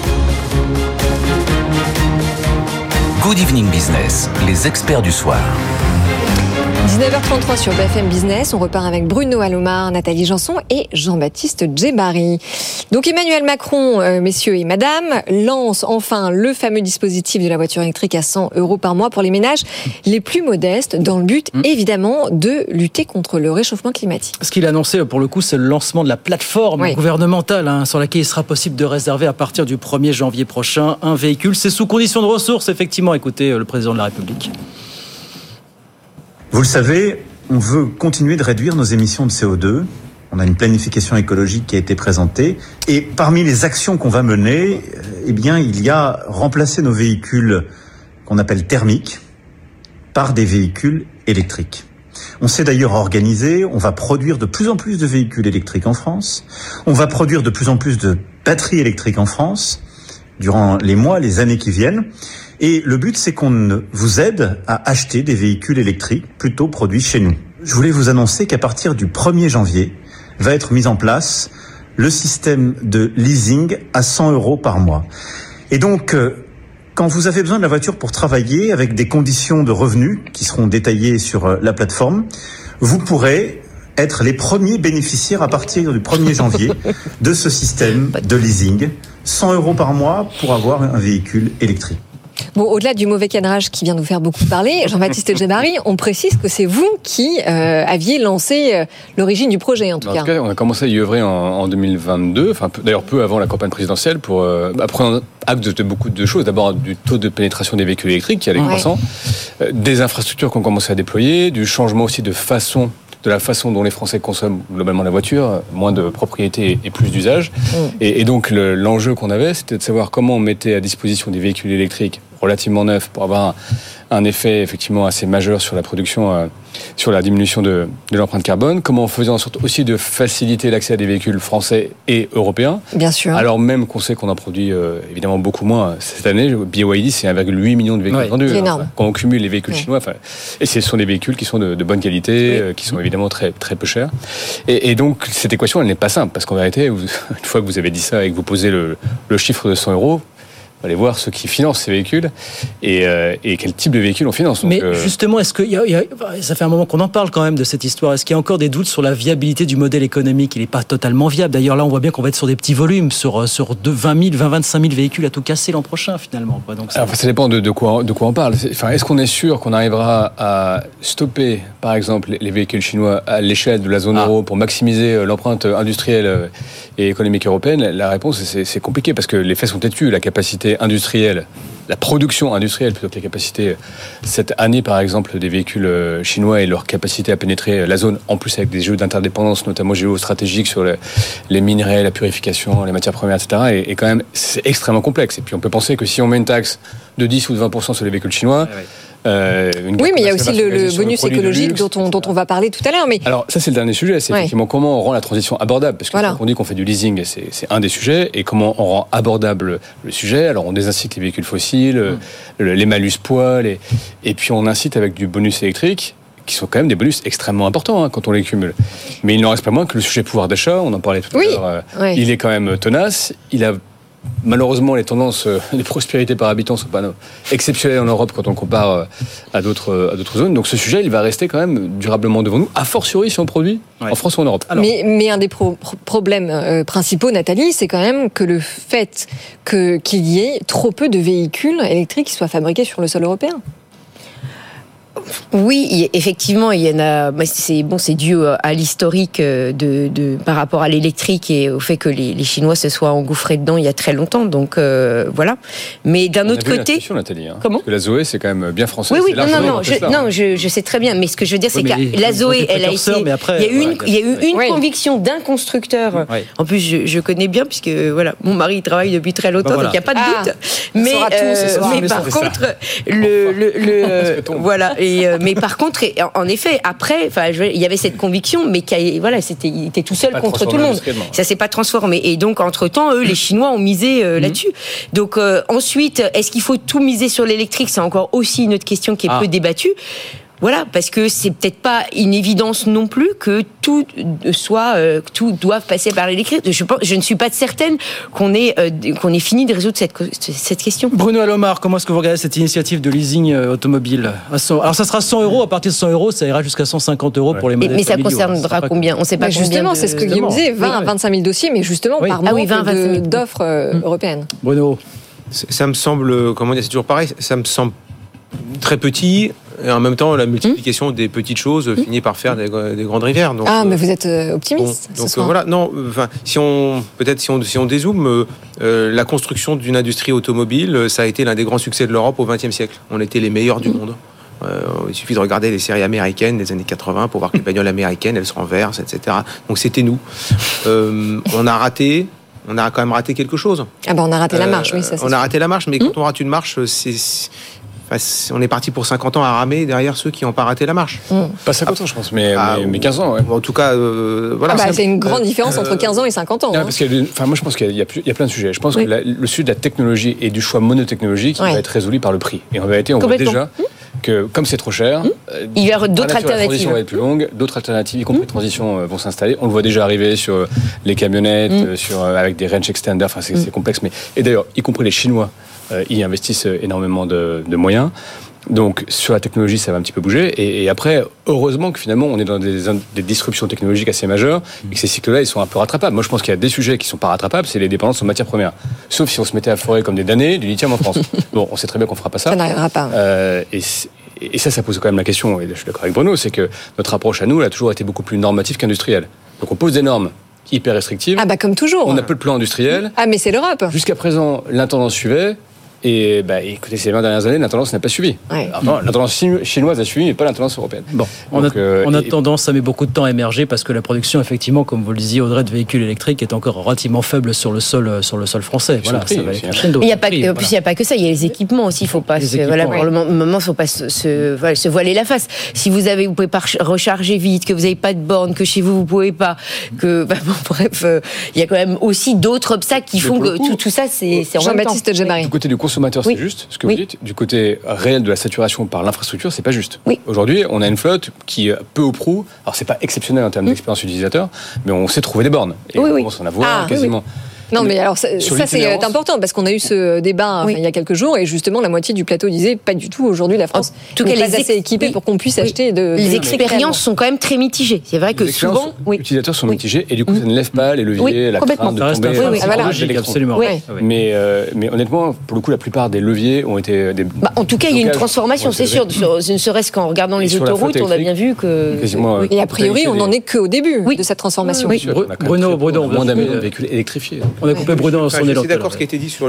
A: Good Evening Business, les experts du soir.
F: 19h33 sur BFM Business, on repart avec Bruno Alomar, Nathalie Janson et Jean-Baptiste Djebari. Donc Emmanuel Macron, messieurs et madame, lance enfin le fameux dispositif de la voiture électrique à 100 € par mois pour les ménages les plus modestes, dans le but évidemment de lutter contre le réchauffement climatique.
E: Ce qu'il a annoncé pour le coup, c'est le lancement de la plateforme gouvernementale sur laquelle il sera possible de réserver à partir du 1er janvier prochain un véhicule. C'est sous condition de ressources, effectivement. Écoutez le président de la République.
H: Vous le savez, on veut continuer de réduire nos émissions de CO2. On a une planification écologique qui a été présentée. Et parmi les actions qu'on va mener, il y a remplacer nos véhicules qu'on appelle thermiques par des véhicules électriques. On s'est d'ailleurs organisé, on va produire de plus en plus de véhicules électriques en France. On va produire de plus en plus de batteries électriques en France durant les mois, les années qui viennent. Et le but, c'est qu'on vous aide à acheter des véhicules électriques plutôt produits chez nous. Je voulais vous annoncer qu'à partir du 1er janvier, va être mis en place le système de leasing à 100 € par mois. Et donc, quand vous avez besoin de la voiture pour travailler avec des conditions de revenus qui seront détaillées sur la plateforme, vous pourrez être les premiers bénéficiaires à partir du 1er janvier de ce système de leasing. 100 € par mois pour avoir un véhicule électrique.
F: Bon, au-delà du mauvais cadrage qui vient nous faire beaucoup parler, Jean-Baptiste Djebari, on précise que c'est vous qui aviez lancé l'origine du projet, en tout cas.
Q: En tout cas, on a commencé à y œuvrer en 2022, d'ailleurs peu avant la campagne présidentielle, pour prendre acte de beaucoup de choses. D'abord, du taux de pénétration des véhicules électriques qui allait croissant, des infrastructures qu'on commençait à déployer, du changement aussi de la façon dont les Français consomment globalement la voiture, moins de propriété et plus d'usage. Et donc l'enjeu qu'on avait, c'était de savoir comment on mettait à disposition des véhicules électriques relativement neufs pour avoir un effet effectivement assez majeur sur la production, sur la diminution de l'empreinte carbone. Comment on faisait en sorte aussi de faciliter l'accès à des véhicules français et européens.
F: Bien sûr.
Q: Alors même qu'on sait qu'on en produit évidemment beaucoup moins cette année. BYD, c'est 1,8 million de véhicules vendus.
F: C'est énorme.
Q: Quand on cumule les véhicules chinois, et ce sont des véhicules qui sont de bonne qualité, qui sont évidemment très, très peu chers. Et donc cette équation, elle n'est pas simple, parce qu'en vérité, une fois que vous avez dit ça et que vous posez le chiffre de 100 €, aller voir ceux qui financent ces véhicules et quel type de véhicule on finance. Donc,
E: mais justement, est-ce que ça fait un moment qu'on en parle quand même de cette histoire. Est-ce qu'il y a encore des doutes sur la viabilité du modèle économique ? Il n'est pas totalement viable. D'ailleurs, là, on voit bien qu'on va être sur des petits volumes, sur 25 000 véhicules à tout casser l'an prochain, finalement. Donc,
Q: ça dépend de quoi on parle. Est-ce qu'on est sûr qu'on arrivera à stopper, par exemple, les véhicules chinois à l'échelle de la zone euro pour maximiser l'empreinte industrielle et économique européenne ? La réponse, c'est compliqué parce que les faits sont têtus. La capacité industrielle, la production industrielle plutôt que les capacités cette année par exemple des véhicules chinois et leur capacité à pénétrer la zone, en plus avec des jeux d'interdépendance notamment géostratégiques sur les minerais, la purification, les matières premières, etc. Et quand même c'est extrêmement complexe. Et puis on peut penser que si on met une taxe de 10 ou de 20% sur les véhicules chinois,
F: oui, mais il y a aussi le bonus écologique dont on va parler tout à l'heure. Mais...
Q: Alors ça c'est le dernier sujet, c'est effectivement comment on rend la transition abordable, parce que quand on dit qu'on fait du leasing, c'est un des sujets, et comment on rend abordable le sujet. Alors on désincite les véhicules fossiles, les malus poids, et puis on incite avec du bonus électrique, qui sont quand même des bonus extrêmement importants quand on les cumule. Mais il n'en reste pas moins que le sujet pouvoir d'achat, on en parlait tout à l'heure, il est quand même tenace, il a malheureusement, les tendances de prospérité par habitant sont pas exceptionnelles en Europe quand on compare à d'autres zones. Donc ce sujet, il va rester quand même durablement devant nous, a fortiori si on produit en France ou en Europe.
F: Mais un des problèmes principaux, Nathalie, c'est quand même que le fait qu'il y ait trop peu de véhicules électriques qui soient fabriqués sur le sol européen.
O: Oui, effectivement, il y en a. C'est dû à l'historique par rapport à l'électrique et au fait que les Chinois se soient engouffrés dedans il y a très longtemps. Donc voilà. Mais d'un autre côté,
Q: Nathalie,
O: comment ?
Q: Parce que la Zoé, c'est quand même bien français.
O: Oui, je sais très bien. Mais ce que je veux dire, c'est que la Zoé, elle a été. Il y a eu une conviction d'un constructeur. En plus, je connais bien puisque voilà, mon mari travaille depuis très longtemps, donc il n'y a pas de doute. Mais par contre, voilà. Mais par contre, en effet, après, il y avait cette conviction, mais il était tout seul contre tout le monde. Ça s'est pas transformé. Et donc, entre-temps, les Chinois ont misé là-dessus. Donc, ensuite, est-ce qu'il faut tout miser sur l'électrique ? C'est encore aussi une autre question qui est peu débattue. Voilà, parce que c'est peut-être pas une évidence non plus que tout doive passer par l'électrique. Je ne suis pas certaine qu'on ait fini de résoudre cette question.
E: Bruno Alomar, comment est-ce que vous regardez cette initiative de leasing automobile ? Alors ça sera 100 €, à partir de 100 €, ça ira jusqu'à 150 € pour les modèles
O: mais ça
E: familiaux.
O: concernera combien ? On ne sait pas combien.
F: Justement, c'est ce que Guillaume disait, 20 à 25 000 dossiers, mais justement par manque d'offres européennes.
E: Bruno ?
P: Ça me semble, c'est toujours pareil, ça me semble très petit. Et en même temps, la multiplication des petites choses finit par faire des grandes rivières. Donc,
F: mais vous êtes optimiste.
P: Donc voilà, si on dézoome, la construction d'une industrie automobile, ça a été l'un des grands succès de l'Europe au XXe siècle. On était les meilleurs du monde. Il suffit de regarder les séries américaines des années 80 pour voir que les bagnoles américaines, elles se renversent, etc. Donc c'était nous. On a quand même raté quelque chose.
F: On a raté la marche, oui, ça.
P: On a raté la marche, mais quand on rate une marche, on est parti pour 50 ans à ramer derrière ceux qui n'ont pas raté la marche.
Q: Pas 50 ans, je pense, mais 15 ans. Ouais.
P: En tout cas, voilà.
F: C'est une grande différence entre 15 ans et 50 ans.
Q: Parce moi, je pense qu'il y a plein de sujets. Je pense que le sujet de la technologie et du choix monotechnologique va être résolu par le prix. Et en vérité, on voit déjà que comme c'est trop cher,
O: il y aura d'autres alternatives.
Q: La transition va être plus longue, d'autres alternatives, y compris transition, vont s'installer. On le voit déjà arriver sur les camionnettes, avec des range extenders. Enfin, c'est complexe. Et d'ailleurs, y compris les Chinois y investissent énormément de moyens. Donc sur la technologie, ça va un petit peu bouger. Et après, heureusement que finalement, on est dans des disruptions technologiques assez majeures et que ces cycles-là, ils sont un peu rattrapables. Moi, je pense qu'il y a des sujets qui sont pas rattrapables, c'est les dépendances en matières premières. Sauf si on se mettait à forer comme des damnés du lithium en France. Bon, on sait très bien qu'on fera pas ça.
F: Ça n'arrivera pas.
Q: Et ça pose quand même la question, et je suis d'accord avec Bruno, c'est que notre approche à nous, elle a toujours été beaucoup plus normative qu'industrielle. Donc on pose des normes hyper restrictives.
F: Comme toujours.
Q: On a peu de plans industriels.
F: Mais c'est l'Europe.
Q: Jusqu'à présent, l'intendance suivait. Et écoutez, ces 20 dernières années, l'intendance n'a pas suivi. L'intendance chinoise a suivi, mais pas l'intendance européenne.
E: Bon, on a tendance, ça met beaucoup de temps à émerger parce que la production, effectivement, comme vous le disiez, Audrey, de véhicules électriques est encore relativement faible sur le sol français. Voilà, ça va
O: en plus, il n'y a pas que ça, il y a les équipements aussi. Il faut pas pour le moment, il ne faut pas se voiler la face. Si vous pouvez pas recharger vite, que vous n'avez pas de borne, que chez vous pouvez pas, que il y a quand même aussi d'autres obstacles qui font que tout ça, c'est en même temps.
F: Jean-Baptiste Djebari.
Q: Du côté du consommateur, c'est juste ce que vous dites. Du côté réel de la saturation par l'infrastructure, c'est pas juste. Aujourd'hui, on a une flotte qui, peu ou prou, alors c'est pas exceptionnel en termes d'expérience utilisateur, mais on sait trouver des bornes. Et on commence à en avoir quasiment.
F: Non, mais alors ça c'est important parce qu'on a eu ce débat il y a quelques jours et justement la moitié du plateau disait pas du tout aujourd'hui la France n'est pas assez équipée pour qu'on puisse acheter
O: les expériences sont quand même très mitigées. C'est vrai que souvent
Q: les utilisateurs sont mitigés et du coup ça ne lève pas les leviers, la crainte de tomber.
E: Absolument.
Q: Mais honnêtement, pour le coup, la plupart des leviers ont été
O: en tout cas, il y a une transformation, c'est sûr. Ne serait-ce qu'en regardant les autoroutes, on a bien vu que.
F: Et a priori, on n'en est qu'au début de cette transformation.
E: Bruno,
Q: moins d'un million de véhicules électrifiés.
E: On a coupé Bruno dans son élan.
P: Je suis d'accord ce qui a été dit sur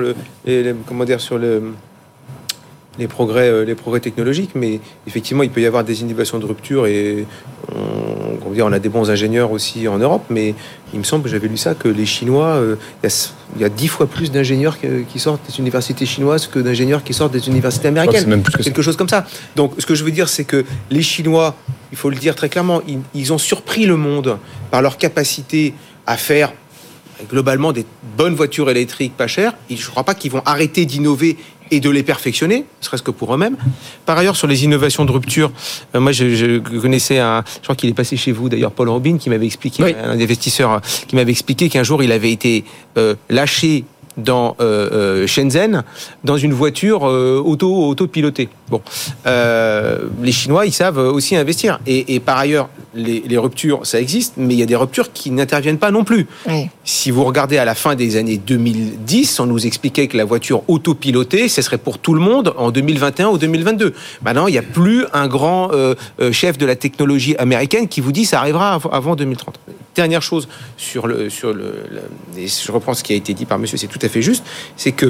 P: les progrès technologiques, mais effectivement, il peut y avoir des innovations de rupture et on a des bons ingénieurs aussi en Europe, mais il me semble que j'avais lu ça, que les Chinois, il y a 10 fois plus d'ingénieurs qui sortent des universités chinoises que d'ingénieurs qui sortent des universités américaines.
Q: C'est même plus que
P: quelque chose comme ça. Donc, ce que je veux dire, c'est que les Chinois, il faut le dire très clairement, ils ont surpris le monde par leur capacité à faire globalement des bonnes voitures électriques pas chères. Je ne crois pas qu'ils vont arrêter d'innover et de les perfectionner, ne serait-ce que pour eux-mêmes. Par ailleurs, sur les innovations de rupture, moi je connaissais je crois qu'il est passé chez vous d'ailleurs, Paul Robin, qui m'avait expliqué, un investisseur qui m'avait expliqué qu'un jour il avait été lâché dans Shenzhen dans une voiture autopilotée. Bon, les Chinois, ils savent aussi investir. Et par ailleurs, les ruptures, ça existe, mais il y a des ruptures qui n'interviennent pas non plus. Oui. Si vous regardez à la fin des années 2010, on nous expliquait que la voiture autopilotée, ce serait pour tout le monde en 2021 ou 2022. Maintenant, il n'y a plus un grand chef de la technologie américaine qui vous dit ça arrivera avant 2030. Dernière chose et je reprends ce qui a été dit par monsieur, c'est tout à fait juste, c'est que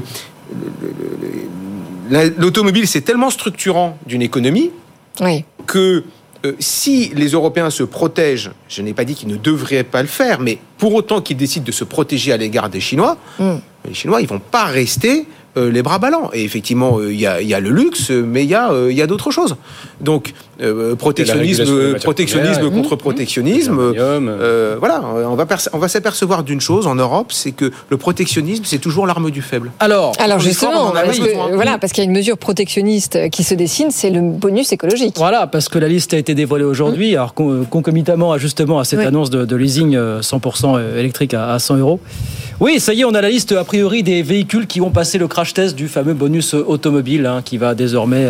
P: l'automobile, c'est tellement structurant d'une économie que si les Européens se protègent, je n'ai pas dit qu'ils ne devraient pas le faire, mais pour autant qu'ils décident de se protéger à l'égard des Chinois, les Chinois, ils ne vont pas rester les bras ballants. Et effectivement, il y a le luxe, mais il y a d'autres choses. Donc, protectionnisme contre protectionnisme. Voilà, on va s'apercevoir d'une chose en Europe, c'est que le protectionnisme, c'est toujours l'arme du faible.
F: Alors justement, parce qu'il y a une mesure protectionniste qui se dessine, c'est le bonus écologique.
E: Voilà, parce que la liste a été dévoilée aujourd'hui, alors concomitamment justement à cette annonce de leasing 100% électrique à 100 €. Oui, ça y est, on a la liste a priori des véhicules qui vont passer le crash test du fameux bonus automobile qui va désormais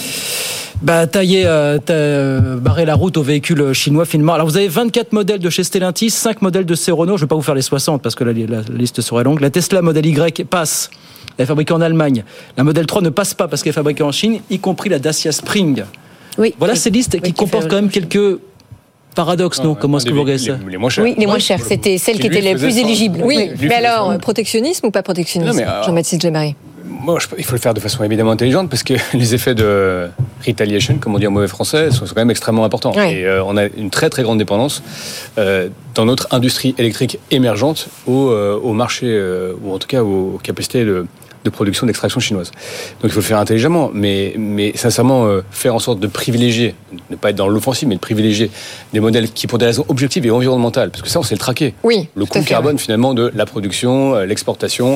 E: barrer la route aux véhicules chinois finement. Alors vous avez 24 modèles de chez Stellantis, 5 modèles de chez Renault, je ne vais pas vous faire les 60 parce que la liste serait longue. La Tesla Model Y passe, elle est fabriquée en Allemagne. La Model 3 ne passe pas parce qu'elle est fabriquée en Chine, y compris la Dacia Spring. Oui, voilà ces listes qui comportent quand même quelques paradoxes, non ? Comment est-ce que vous regardez ça ?
Q: Les moins chers.
O: Oui, les moins chers. C'était celles qui étaient les plus éligibles.
F: Oui, mais alors, protectionnisme ou pas protectionnisme, Jean-Baptiste Djebbari ?
Q: Moi, il faut le faire de façon évidemment intelligente parce que les effets de retaliation, comme on dit en mauvais français, sont quand même extrêmement importants. Oui. Et on a une très très grande dépendance dans notre industrie électrique émergente au marché, ou en tout cas aux capacités de production d'extraction chinoise. Donc il faut le faire intelligemment, mais sincèrement faire en sorte de privilégier, ne pas être dans l'offensive, mais de privilégier des modèles qui, pour des raisons objectives et environnementales, parce que ça on sait le traquer.
F: Oui,
Q: le coût carbone finalement de la production, l'exportation,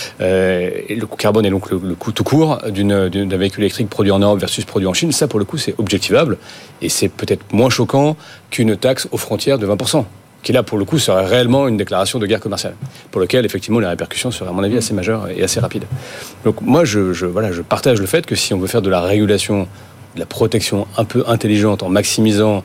Q: et le coût carbone est donc le coût tout court d'un véhicule électrique produit en Europe versus produit en Chine. Ça pour le coup c'est objectivable et c'est peut-être moins choquant qu'une taxe aux frontières de 20%. Qui là, pour le coup, serait réellement une déclaration de guerre commerciale, pour lequel, effectivement, les répercussions seraient, à mon avis, assez majeures et assez rapides. Donc, moi, je partage le fait que si on veut faire de la régulation, de la protection un peu intelligente, en maximisant,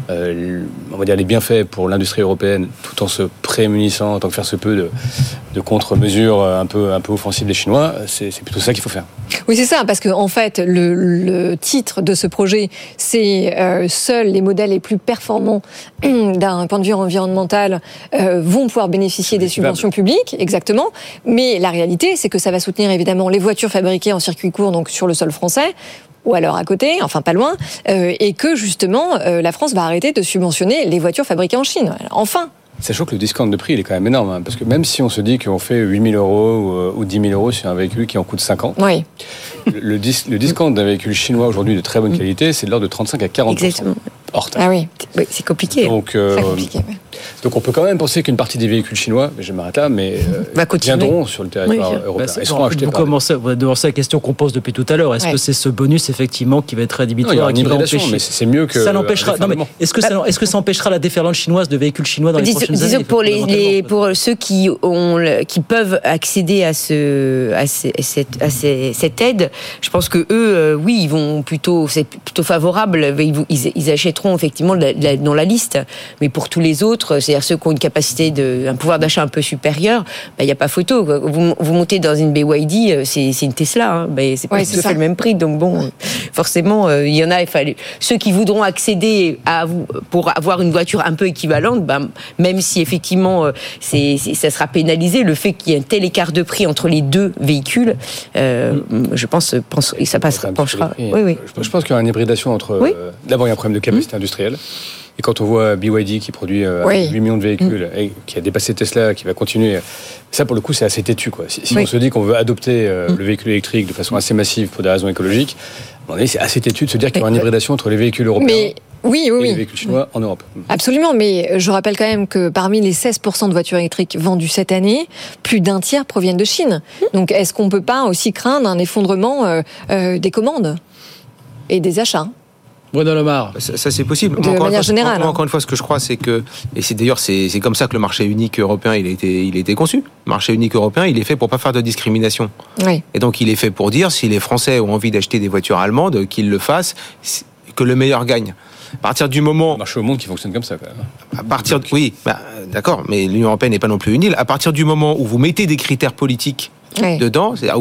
Q: on va dire, les bienfaits pour l'industrie européenne, tout en se prémunissant, en tant que faire se peut de contre-mesures un peu offensives des Chinois, c'est plutôt ça qu'il faut faire.
F: Oui, c'est ça, parce que en fait, le titre de ce projet, c'est seuls les modèles les plus performants d'un point de vue environnemental vont pouvoir bénéficier des subventions publiques, exactement. Mais la réalité, c'est que ça va soutenir évidemment les voitures fabriquées en circuit court, donc sur le sol français, ou alors à côté, enfin pas loin, et que justement la France va arrêter de subventionner les voitures fabriquées en Chine. Alors, enfin.
Q: Sachant que le discount de prix, il est quand même énorme, parce que même si on se dit qu'on fait 8 000 € ou 10 000 € sur un véhicule qui en coûte 50,
F: oui.
Q: le discount d'un véhicule chinois aujourd'hui de très bonne qualité, c'est de l'ordre de 35 à 40%.
O: Exactement.
Q: Hors taxe.
F: Ah oui,
O: c'est compliqué.
Q: Donc,
F: c'est compliqué. Ouais.
Q: Donc on peut quand même penser qu'une partie des véhicules chinois, je m'arrête là, mais viendront sur le territoire européen. Ils seront achetés
E: vous avez devancé la question qu'on pose depuis tout à l'heure. Est-ce que c'est ce bonus effectivement qui va être rédhibitoire?
Q: Non, il y aura une hybridation, mais c'est mieux que
E: ça l'empêchera. Non, mais est-ce que ça empêchera la déferlante chinoise de véhicules chinois dans les prochaines années?
O: Disons pour ceux qui peuvent accéder à cette aide, je pense que eux, oui, c'est plutôt favorable. Ils achèteront effectivement dans la liste. Mais pour tous les autres, c'est-à-dire ceux qui ont une capacité un pouvoir d'achat un peu supérieur, il n'y a pas photo. Vous montez dans une BYD, c'est une Tesla. C'est pas tout à fait le même prix. Donc bon, forcément, il y en a. Ceux qui voudront accéder pour avoir une voiture un peu équivalente, même si effectivement ça sera pénalisé, le fait qu'il y ait un tel écart de prix entre les deux véhicules, je pense que ça penchera. Oui.
Q: Je pense qu'il y aura une hybridation entre. D'abord, il y a un problème de capacité industrielle. Et quand on voit BYD qui produit 8 millions de véhicules et qui a dépassé Tesla, qui va continuer, ça pour le coup c'est assez têtu, quoi. Si on se dit qu'on veut adopter le véhicule électrique de façon assez massive pour des raisons écologiques, c'est assez têtu de se dire qu'il y aura une hybridation entre les véhicules européens et les véhicules chinois en Europe.
F: Absolument, mais je rappelle quand même que parmi les 16% de voitures électriques vendues cette année, plus d'un tiers proviennent de Chine. Donc est-ce qu'on ne peut pas aussi craindre un effondrement des commandes et des achats?
E: Bruno Le Maire.
P: Ça c'est possible.
F: De manière générale.
P: Encore une fois, ce que je crois, c'est que, et c'est d'ailleurs c'est comme ça que le marché unique européen il a été conçu. Le marché unique européen, il est fait pour pas faire de discrimination. Oui. Et donc il est fait pour dire si les Français ont envie d'acheter des voitures allemandes, qu'ils le fassent, que le meilleur gagne. À partir du moment,
Q: le marché au monde qui fonctionne comme ça, quand même.
P: D'accord, mais l'Union européenne n'est pas non plus une île. À partir du moment où vous mettez des critères politiques dedans, c'est-à-dire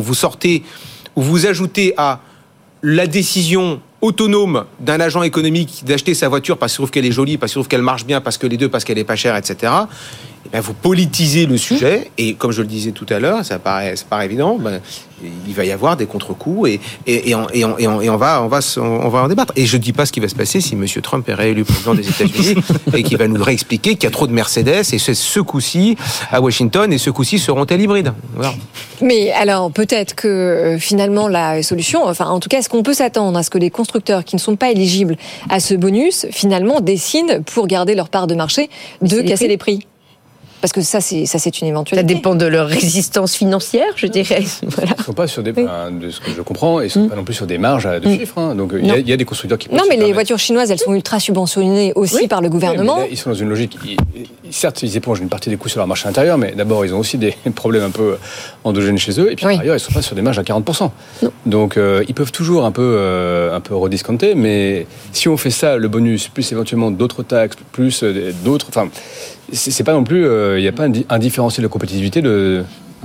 P: où vous ajoutez à la décision autonome d'un agent économique d'acheter sa voiture parce qu'il trouve qu'elle est jolie, parce qu'il trouve qu'elle marche bien, parce qu'elle est pas chère, etc. Vous politisez le sujet et comme je le disais tout à l'heure, ça paraît évident. Il va y avoir des contre-coups et on va en débattre. Et je dis pas ce qui va se passer si Monsieur Trump est réélu président des États-Unis et qu'il va nous réexpliquer qu'il y a trop de Mercedes et ce coup-ci à Washington et ce coup-ci seront-elles hybrides. Voilà.
F: Mais alors peut-être que finalement la solution, en tout cas, est-ce qu'on peut s'attendre à ce que les constructeurs qui ne sont pas éligibles à ce bonus finalement décident pour garder leur part de marché de casser les prix? Parce que ça, c'est une éventualité.
O: Ça dépend de leur résistance financière, je dirais. Voilà.
Q: Ils ne sont pas sur de ce que je comprends, ils ne sont pas non plus sur des marges de chiffres. Donc il y a des constructeurs qui peuvent.
F: Non, mais les voitures chinoises, elles sont ultra subventionnées aussi par le gouvernement.
Q: Oui, là, ils sont dans une logique. Certes, ils épongent une partie des coûts sur leur marché intérieur, mais d'abord, ils ont aussi des problèmes un peu endogènes chez eux. Et puis par ailleurs, ils ne sont pas sur des marges à 40%. Non. Donc ils peuvent toujours un peu rediscounter, mais si on fait ça, le bonus, plus éventuellement d'autres taxes, plus d'autres. Enfin, c'est pas non plus. Il n'y a pas un différentiel de compétitivité de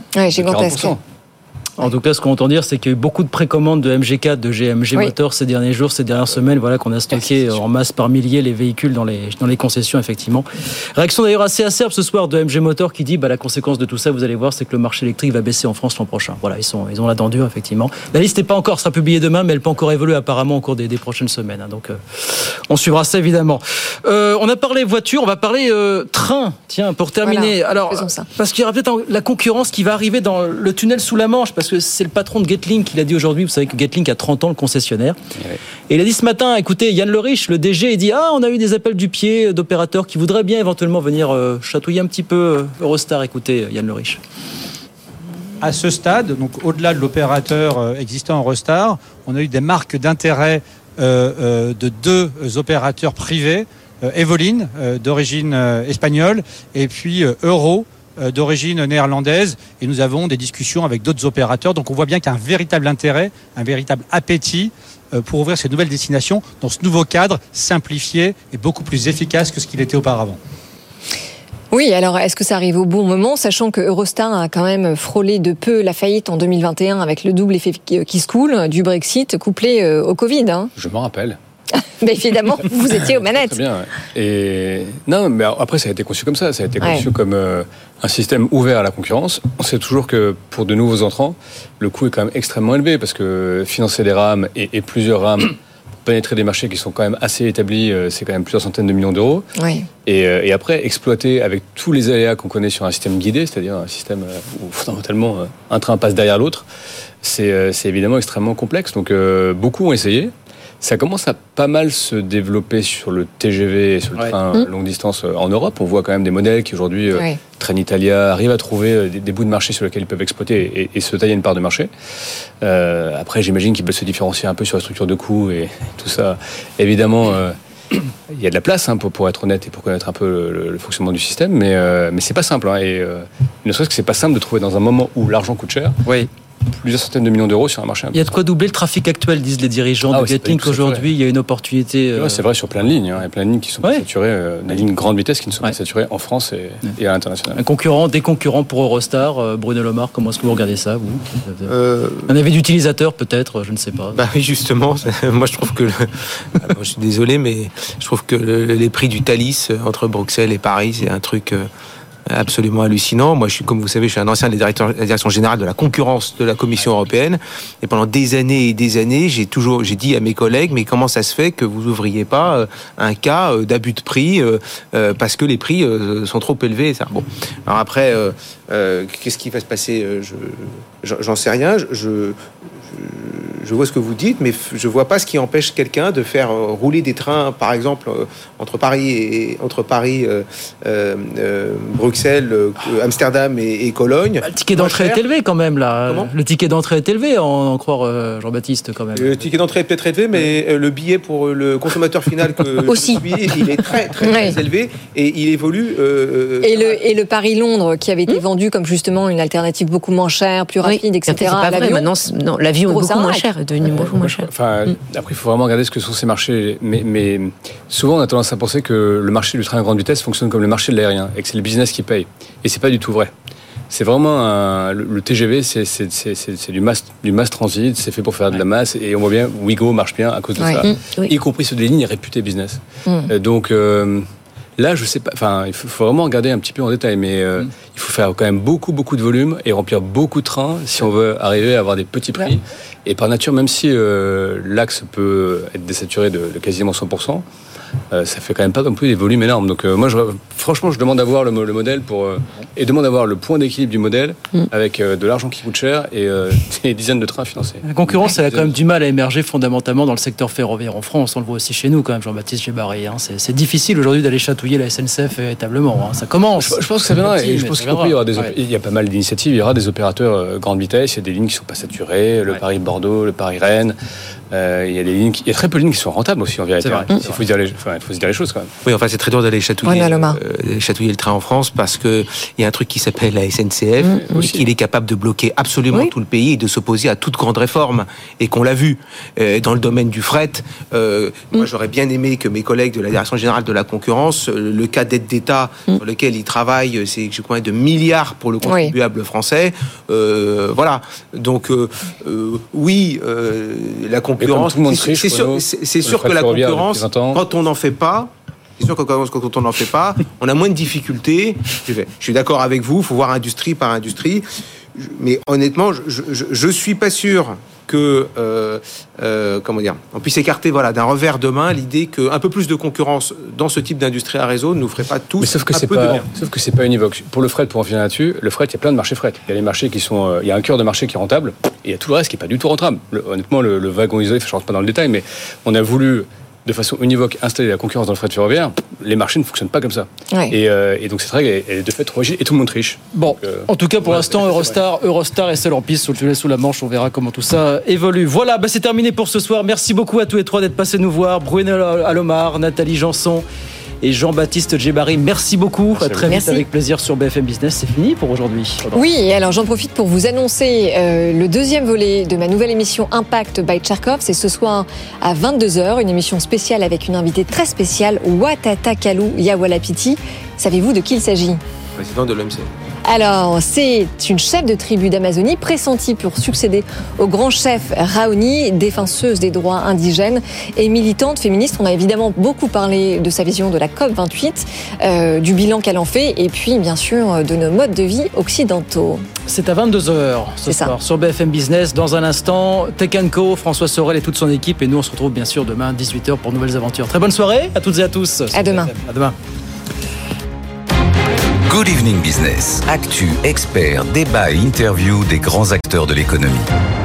Q: 40%.
E: En tout cas, ce qu'on entend dire, c'est qu'il y a eu beaucoup de précommandes de MG4, de GMG Motors ces derniers jours, ces dernières semaines, qu'on a stocké en masse par milliers les véhicules dans les concessions, effectivement. Réaction d'ailleurs assez acerbe ce soir de MG Motors qui dit la conséquence de tout ça, vous allez voir, c'est que le marché électrique va baisser en France l'an prochain. Voilà, ils ont la dent dure, effectivement. La liste n'est pas encore, sera publiée demain, mais elle peut encore évoluer apparemment au cours des prochaines semaines. Donc, on suivra ça évidemment. On a parlé voiture, on va parler train. Tiens, pour terminer, alors parce qu'il y aura peut-être la concurrence qui va arriver dans le tunnel sous la Manche. Parce que c'est le patron de Getlink qui l'a dit aujourd'hui. Vous savez que Getlink a 30 ans, le concessionnaire. Ouais. Et il a dit ce matin, écoutez, Yann Leriche, le DG, il dit on a eu des appels du pied d'opérateurs qui voudraient bien éventuellement venir chatouiller un petit peu Eurostar. Écoutez, Yann Leriche.
K: À ce stade, donc au-delà de l'opérateur existant Eurostar, on a eu des marques d'intérêt de deux opérateurs privés, Evolyn, d'origine espagnole, et puis Euro, d'origine néerlandaise, et nous avons des discussions avec d'autres opérateurs. Donc on voit bien qu'il y a un véritable intérêt, un véritable appétit pour ouvrir ces nouvelles destinations dans ce nouveau cadre simplifié et beaucoup plus efficace que ce qu'il était auparavant.
F: Oui, alors est-ce que ça arrive au bon moment, sachant que Eurostar a quand même frôlé de peu la faillite en 2021 avec le double effet qui se coule du Brexit couplé au Covid.
Q: Je m'en rappelle.
F: Mais évidemment, vous étiez aux manettes.
Q: Très bien. Ouais. Et non, mais après, ça a été conçu comme ça. Ça a été conçu comme un système ouvert à la concurrence. On sait toujours que pour de nouveaux entrants, le coût est quand même extrêmement élevé parce que financer des rames et plusieurs rames pour pénétrer des marchés qui sont quand même assez établis, c'est quand même plusieurs centaines de millions d'euros. Oui. Et après, exploiter avec tous les aléas qu'on connaît sur un système guidé, c'est-à-dire un système où fondamentalement un train passe derrière l'autre, c'est évidemment extrêmement complexe. Donc beaucoup ont essayé. Ça commence à pas mal se développer sur le TGV et sur le train longue distance en Europe. On voit quand même des modèles qui aujourd'hui, Trenitalia, arrivent à trouver des bouts de marché sur lesquels ils peuvent exploiter et se tailler une part de marché. Après, j'imagine qu'ils peuvent se différencier un peu sur la structure de coûts et tout ça. Évidemment, il y a de la place pour être honnête et pour connaître un peu le fonctionnement du système, mais c'est pas simple. Et ne serait-ce que c'est pas simple de trouver dans un moment où l'argent coûte cher. Plusieurs centaines de millions d'euros sur un marché.
E: Il y a de quoi doubler le trafic actuel, disent les dirigeants de Getlink. Aujourd'hui, il y a une opportunité.
Q: C'est vrai sur plein de lignes. Il y a plein de lignes qui sont pas saturées, des lignes grande vitesse qui ne sont pas saturées en France et à l'international.
E: Des concurrents pour Eurostar. Bruno Le Maire, comment est-ce que vous regardez ça, vous Un avis d'utilisateur, peut-être, je ne sais pas.
P: Oui, justement. Moi, je trouve que. Je suis désolé, mais je trouve que les prix du Thalys entre Bruxelles et Paris, c'est un truc. Absolument hallucinant. Moi, comme vous savez, je suis un ancien des directeurs de la direction générale de la concurrence de la Commission européenne. Et pendant des années et des années, j'ai dit à mes collègues, mais comment ça se fait que vous ouvriez pas un cas d'abus de prix parce que les prix sont trop élevés. Ça. Bon. Alors après, qu'est-ce qui va se passer j'en sais rien. Je vois ce que vous dites, mais je vois pas ce qui empêche quelqu'un de faire rouler des trains, par exemple, entre Paris, Bruxelles, Amsterdam et Cologne.
E: Le ticket d'entrée est élevé quand même, là. Le ticket d'entrée est élevé, en croire Jean-Baptiste, quand même. Le
P: ticket d'entrée est peut-être élevé, mais le billet pour le consommateur final,
F: aussi.
P: Il est très élevé et il évolue.
F: Et le Paris-Londres, qui avait été vendu comme justement une alternative beaucoup moins chère, plus rapide, etc.
O: C'est pas vrai. Maintenant, l'avion est beaucoup moins cher.
Q: Après, il faut vraiment regarder ce que sont ces marchés. Mais souvent, on a tendance à penser que le marché du train à grande vitesse fonctionne comme le marché de l'aérien et que c'est le business qui paye. Et c'est pas du tout vrai. C'est vraiment le TGV, c'est du mass transit, c'est fait pour faire de la masse et on voit bien Ouigo marche bien à cause de ça, y compris sur des lignes réputées business. Donc là, je sais pas. Enfin, il faut vraiment regarder un petit peu en détail, mais il faut faire quand même beaucoup de volume et remplir beaucoup de trains si on veut arriver à avoir des petits prix. Et par nature, même si l'axe peut être désaturé de quasiment 100%, ça fait quand même pas non plus des volumes énormes. Donc moi, franchement, je demande à voir le modèle et demande à voir le point d'équilibre du modèle avec de l'argent qui coûte cher et des dizaines de trains financés.
E: La concurrence, elle a quand même du mal à émerger fondamentalement dans le secteur ferroviaire en France. On le voit aussi chez nous quand même, Jean-Baptiste Djebbari. C'est difficile aujourd'hui d'aller chatouiller la SNCF véritablement. Ça commence.
Q: Je pense que ça viendra. Et je pense qu'il y a pas mal d'initiatives. Il y aura des opérateurs grande vitesse. Il y a des lignes qui sont pas saturées. Le Paris-Bordeaux, le Paris-Rennes. Il y a très peu de lignes qui sont rentables aussi en vérité. Il faut se dire les choses quand même.
P: Oui, enfin c'est très dur d'aller chatouiller le train en France parce que il y a un truc qui s'appelle la SNCF qu'il est capable de bloquer absolument tout le pays et de s'opposer à toute grande réforme et qu'on l'a vu dans le domaine du fret. Moi j'aurais bien aimé que mes collègues de la direction générale de la concurrence, le cas d'aide d'État sur lequel ils travaillent, c'est je crois de milliards pour le contribuable français. Voilà. Donc la concurrence. C'est sûr que la concurrence, quand on n'en fait pas, on a moins de difficultés. Je suis d'accord avec vous, il faut voir industrie par industrie. Mais honnêtement, je suis pas sûr que on puisse écarter d'un revers de main l'idée qu'un peu plus de concurrence dans ce type d'industrie à réseau ne nous ferait pas tous
Q: mais sauf que c'est pas univoque. Pour le fret, pour en finir là-dessus, le fret, il y a plein de marchés fret. Il y a les marchés il y a un cœur de marché qui est rentable et il y a tout le reste qui est pas du tout rentable. Honnêtement, le wagon isolé, je ne rentre pas dans le détail, mais on a voulu de façon univoque installer la concurrence dans le fret ferroviaire. Les marchés ne fonctionnent pas comme ça. Et donc cette règle est de fait trop rigide et tout le monde triche.
E: Bon, en tout cas pour l'instant, Eurostar est seul en piste sous la Manche. On verra comment tout ça évolue. Voilà, c'est terminé pour ce soir. Merci beaucoup à tous les trois d'être passés nous voir. Bruno Alomar, Nathalie Janson et Jean-Baptiste Djebbari, merci beaucoup. À très vite avec plaisir sur BFM Business. C'est fini pour aujourd'hui.
F: Oui, alors j'en profite pour vous annoncer le deuxième volet de ma nouvelle émission Impact by Tcherkov. C'est ce soir à 22h, une émission spéciale avec une invitée très spéciale, Watata Kalou Yawalapiti. Savez-vous de qui il s'agit ?
P: Président de l'OMC.
F: Alors, c'est une chef de tribu d'Amazonie pressentie pour succéder au grand chef Raoni, défenseuse des droits indigènes et militante féministe. On a évidemment beaucoup parlé de sa vision de la COP28, du bilan qu'elle en fait et puis bien sûr de nos modes de vie occidentaux.
E: C'est à 22h ce soir sur BFM Business. Dans un instant, Tech & Co, François Sorel et toute son équipe. Et nous, on se retrouve bien sûr demain à 18h pour nouvelles aventures. Très bonne soirée à toutes et à tous.
F: À demain.
E: À demain.
A: Good Evening Business. Actu, experts, débat et interview des grands acteurs de l'économie.